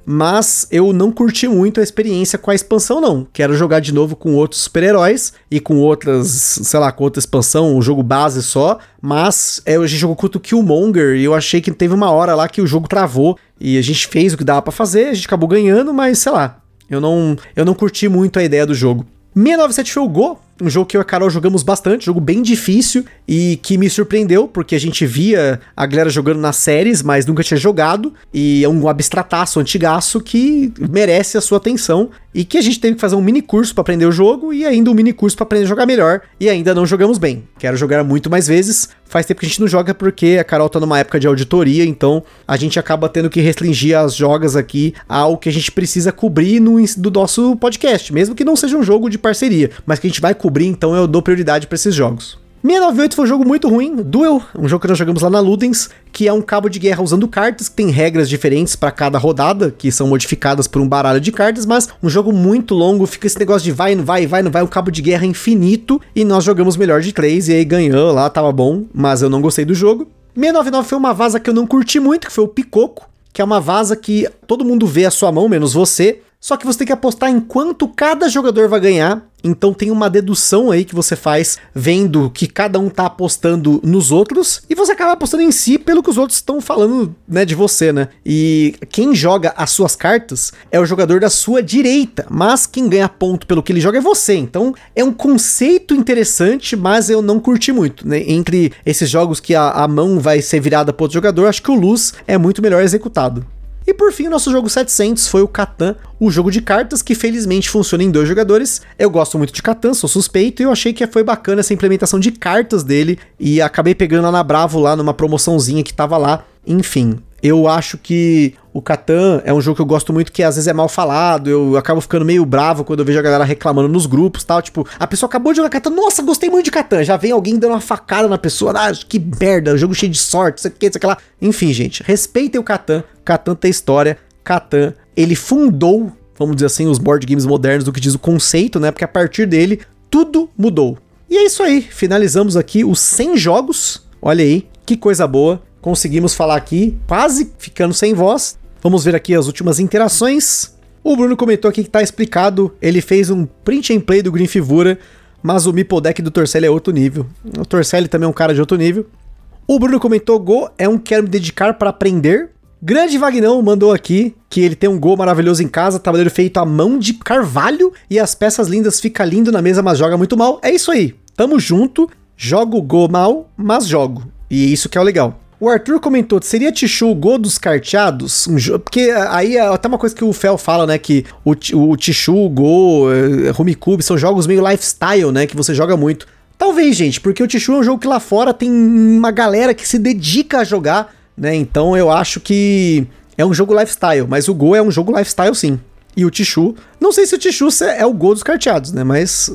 mas eu não curti muito a experiência com a expansão não. Quero jogar de novo com outros super-heróis e com outras, sei lá, com outra expansão, um jogo base só, mas é, a gente jogou contra o Killmonger e eu achei que teve uma hora lá que o jogo travou e a gente fez o que dava pra fazer, a gente acabou ganhando, mas sei lá, eu não, eu não curti muito a ideia do jogo. seiscentos e noventa e sete foi o Go, um jogo que eu e a Carol jogamos bastante, jogo bem difícil e que me surpreendeu, porque a gente via a galera jogando nas séries, mas nunca tinha jogado, e é um abstrataço, antigaço, que merece a sua atenção, e que a gente teve que fazer um mini curso pra aprender o jogo, e ainda um mini curso pra aprender a jogar melhor, e ainda não jogamos bem. Quero jogar muito mais vezes, faz tempo que a gente não joga porque a Carol tá numa época de auditoria, então a gente acaba tendo que restringir as jogas aqui ao que a gente precisa cobrir no do nosso podcast, mesmo que não seja um jogo de parceria, mas que a gente vai cobrir, então eu dou prioridade pra esses jogos. seiscentos e noventa e oito foi um jogo muito ruim, Duel, um jogo que nós jogamos lá na Ludens, que é um cabo de guerra usando cartas, que tem regras diferentes para cada rodada, que são modificadas por um baralho de cartas, mas um jogo muito longo, fica esse negócio de vai, não vai, vai, não vai, um cabo de guerra infinito, e nós jogamos melhor de três, e aí ganhou lá, tava bom, mas eu não gostei do jogo. seiscentos e noventa e nove foi uma vaza que eu não curti muito, que foi o Picoco, que é uma vaza que todo mundo vê a sua mão, menos você, só que você tem que apostar em quanto cada jogador vai ganhar, então tem uma dedução aí que você faz vendo que cada um tá apostando nos outros, e você acaba apostando em si pelo que os outros estão falando, né, de você, né? E quem joga as suas cartas é o jogador da sua direita, mas quem ganha ponto pelo que ele joga é você, então é um conceito interessante, mas eu não curti muito, né? Entre esses jogos que a, a mão vai ser virada para outro jogador, acho que o Luz é muito melhor executado. E por fim, o nosso jogo setecentos foi o Catan, o jogo de cartas que felizmente funciona em dois jogadores. Eu gosto muito de Catan, sou suspeito, e eu achei que foi bacana essa implementação de cartas dele, e acabei pegando lá na Bravo, lá numa promoçãozinha que tava lá. Enfim, eu acho que o Catan é um jogo que eu gosto muito, que às vezes é mal falado, eu acabo ficando meio bravo quando eu vejo a galera reclamando nos grupos e tal, tipo, a pessoa acabou de jogar Catan, nossa, gostei muito de Catan, já vem alguém dando uma facada na pessoa, ah, que merda, jogo cheio de sorte, isso aqui, isso aqui lá. Enfim, gente, respeitem o Catan, Catan tem história, Catan, ele fundou, vamos dizer assim, os board games modernos, do que diz o conceito, né, porque a partir dele, tudo mudou. E é isso aí, finalizamos aqui os cem jogos, olha aí, que coisa boa. Conseguimos falar aqui, quase ficando sem voz. Vamos ver aqui as últimas interações. O Bruno comentou aqui que tá explicado. Ele fez um print and play do Green Figura, mas o Meeple Deck do Torcelli é outro nível. O Torcelli também é um cara de outro nível. O Bruno comentou: Go é um quero me dedicar para aprender. Grande Vagnão mandou aqui que ele tem um Go maravilhoso em casa, tabuleiro feito à mão de carvalho e as peças lindas, fica lindo na mesa, mas joga muito mal. É isso aí, tamo junto. Jogo Go mal, mas jogo. E isso que é o legal. O Arthur comentou, seria Tichu o Go dos carteados? Um jo- porque aí é até uma coisa que o Fel fala, né, que o, o Tichu, o Go, é, Rumicube são jogos meio lifestyle, né, que você joga muito. Talvez, gente, porque o Tichu é um jogo que lá fora tem uma galera que se dedica a jogar, né, então eu acho que é um jogo lifestyle, mas o Go é um jogo lifestyle sim. E o Tichu, não sei se o Tichu é o Go dos carteados, né, mas,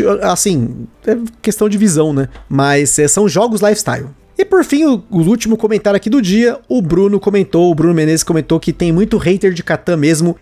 assim, é questão de visão, né, mas é, são jogos lifestyle. E por fim, o, o último comentário aqui do dia, o Bruno comentou, o Bruno Menezes comentou que tem muito hater de Catan mesmo,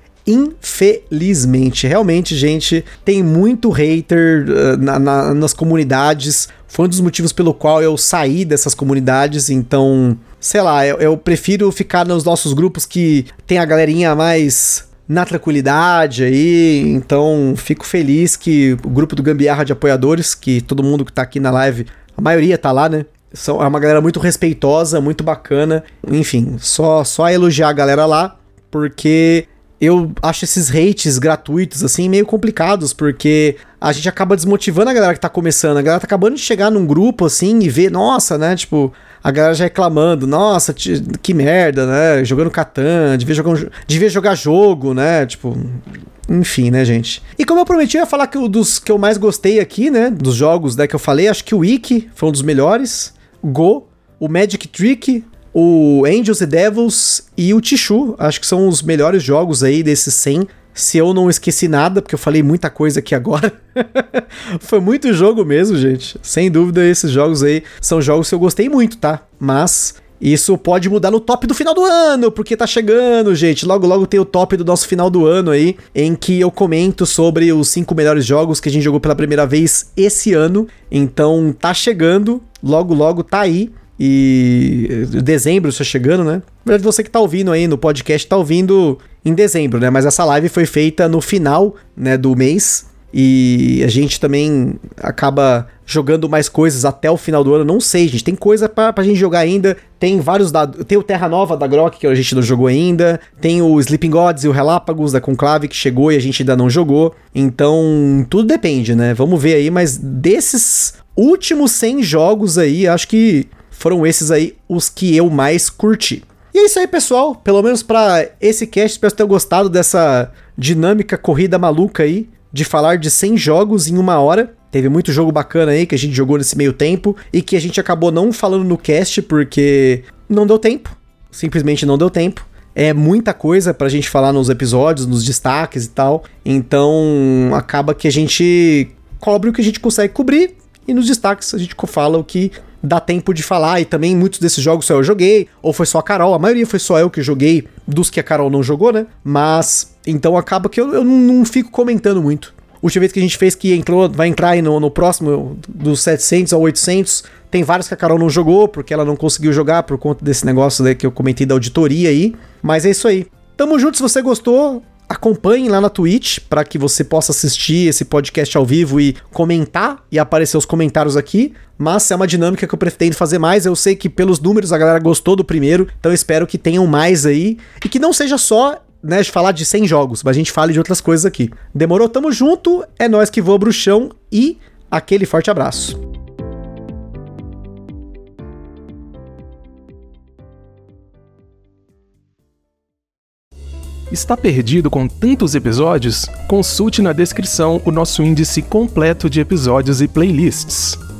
infelizmente. Realmente, gente, tem muito hater uh, na, na, nas comunidades, foi um dos motivos pelo qual eu saí dessas comunidades, então, sei lá, eu, eu prefiro ficar nos nossos grupos que tem a galerinha mais na tranquilidade aí, então fico feliz que o grupo do Gambiarra de apoiadores, que todo mundo que tá aqui na live, a maioria tá lá, né? É uma galera muito respeitosa, muito bacana. Enfim, só, só elogiar a galera lá, porque eu acho esses hates gratuitos, assim, meio complicados, porque a gente acaba desmotivando a galera que tá começando. A galera tá acabando de chegar num grupo, assim, e ver, nossa, né, tipo, a galera já reclamando, nossa, que merda, né, jogando Catan, devia jogar, um, devia jogar jogo, né, tipo... Enfim, né, gente? E como eu prometi, eu ia falar que o dos que eu mais gostei aqui, né, dos jogos, né, que eu falei, acho que o Wiki foi um dos melhores, Go, o Magic Trick, o Angels and Devils e o Tichu, acho que são os melhores jogos aí desses cem, se eu não esqueci nada, porque eu falei muita coisa aqui agora. Foi muito jogo mesmo, gente, sem dúvida esses jogos aí são jogos que eu gostei muito, tá? Mas... isso pode mudar no top do final do ano, porque tá chegando, gente. Logo, logo tem o top do nosso final do ano aí, em que eu comento sobre os cinco melhores jogos que a gente jogou pela primeira vez esse ano. Então, tá chegando, logo, logo tá aí. E dezembro está chegando, né? Na verdade, você que tá ouvindo aí no podcast, tá ouvindo em dezembro, né? Mas essa live foi feita no final, né, do mês. E a gente também acaba jogando mais coisas até o final do ano. Não sei, gente. Tem coisa pra, pra gente jogar ainda. Tem vários dados. Tem o Terra Nova da Grok, que a gente não jogou ainda. Tem o Sleeping Gods e o Relápagos da Conclave, que chegou e a gente ainda não jogou. Então, tudo depende, né? Vamos ver aí. Mas desses últimos cem jogos aí, acho que foram esses aí os que eu mais curti. E é isso aí, pessoal. Pelo menos pra esse cast, espero que tenham gostado dessa dinâmica corrida maluca aí, de falar de cem jogos em uma hora. Teve muito jogo bacana aí que a gente jogou nesse meio tempo e que a gente acabou não falando no cast porque não deu tempo. Simplesmente não deu tempo. É muita coisa pra gente falar nos episódios, nos destaques e tal. Então acaba que a gente cobre o que a gente consegue cobrir e nos destaques a gente fala o que dá tempo de falar. E também muitos desses jogos só eu joguei, ou foi só a Carol. A maioria foi só eu que joguei, dos que a Carol não jogou, né? Mas então acaba que eu, eu não, não fico comentando muito. A última vez que a gente fez que entrou, vai entrar aí no, no próximo, dos setecentos ao oitocentos, tem vários que a Carol não jogou, porque ela não conseguiu jogar por conta desse negócio, né, que eu comentei da auditoria aí. Mas é isso aí. Tamo junto, se você gostou, acompanhe lá na Twitch, para que você possa assistir esse podcast ao vivo e comentar, e aparecer os comentários aqui. Mas é uma dinâmica que eu pretendo fazer mais. Eu sei que pelos números a galera gostou do primeiro, então eu espero que tenham mais aí, e que não seja só, né, de falar de cem jogos, mas a gente fale de outras coisas aqui. Demorou? Tamo junto, é nóis que voa bruxão e aquele forte abraço. Está perdido com tantos episódios? Consulte na descrição o nosso índice completo de episódios e playlists.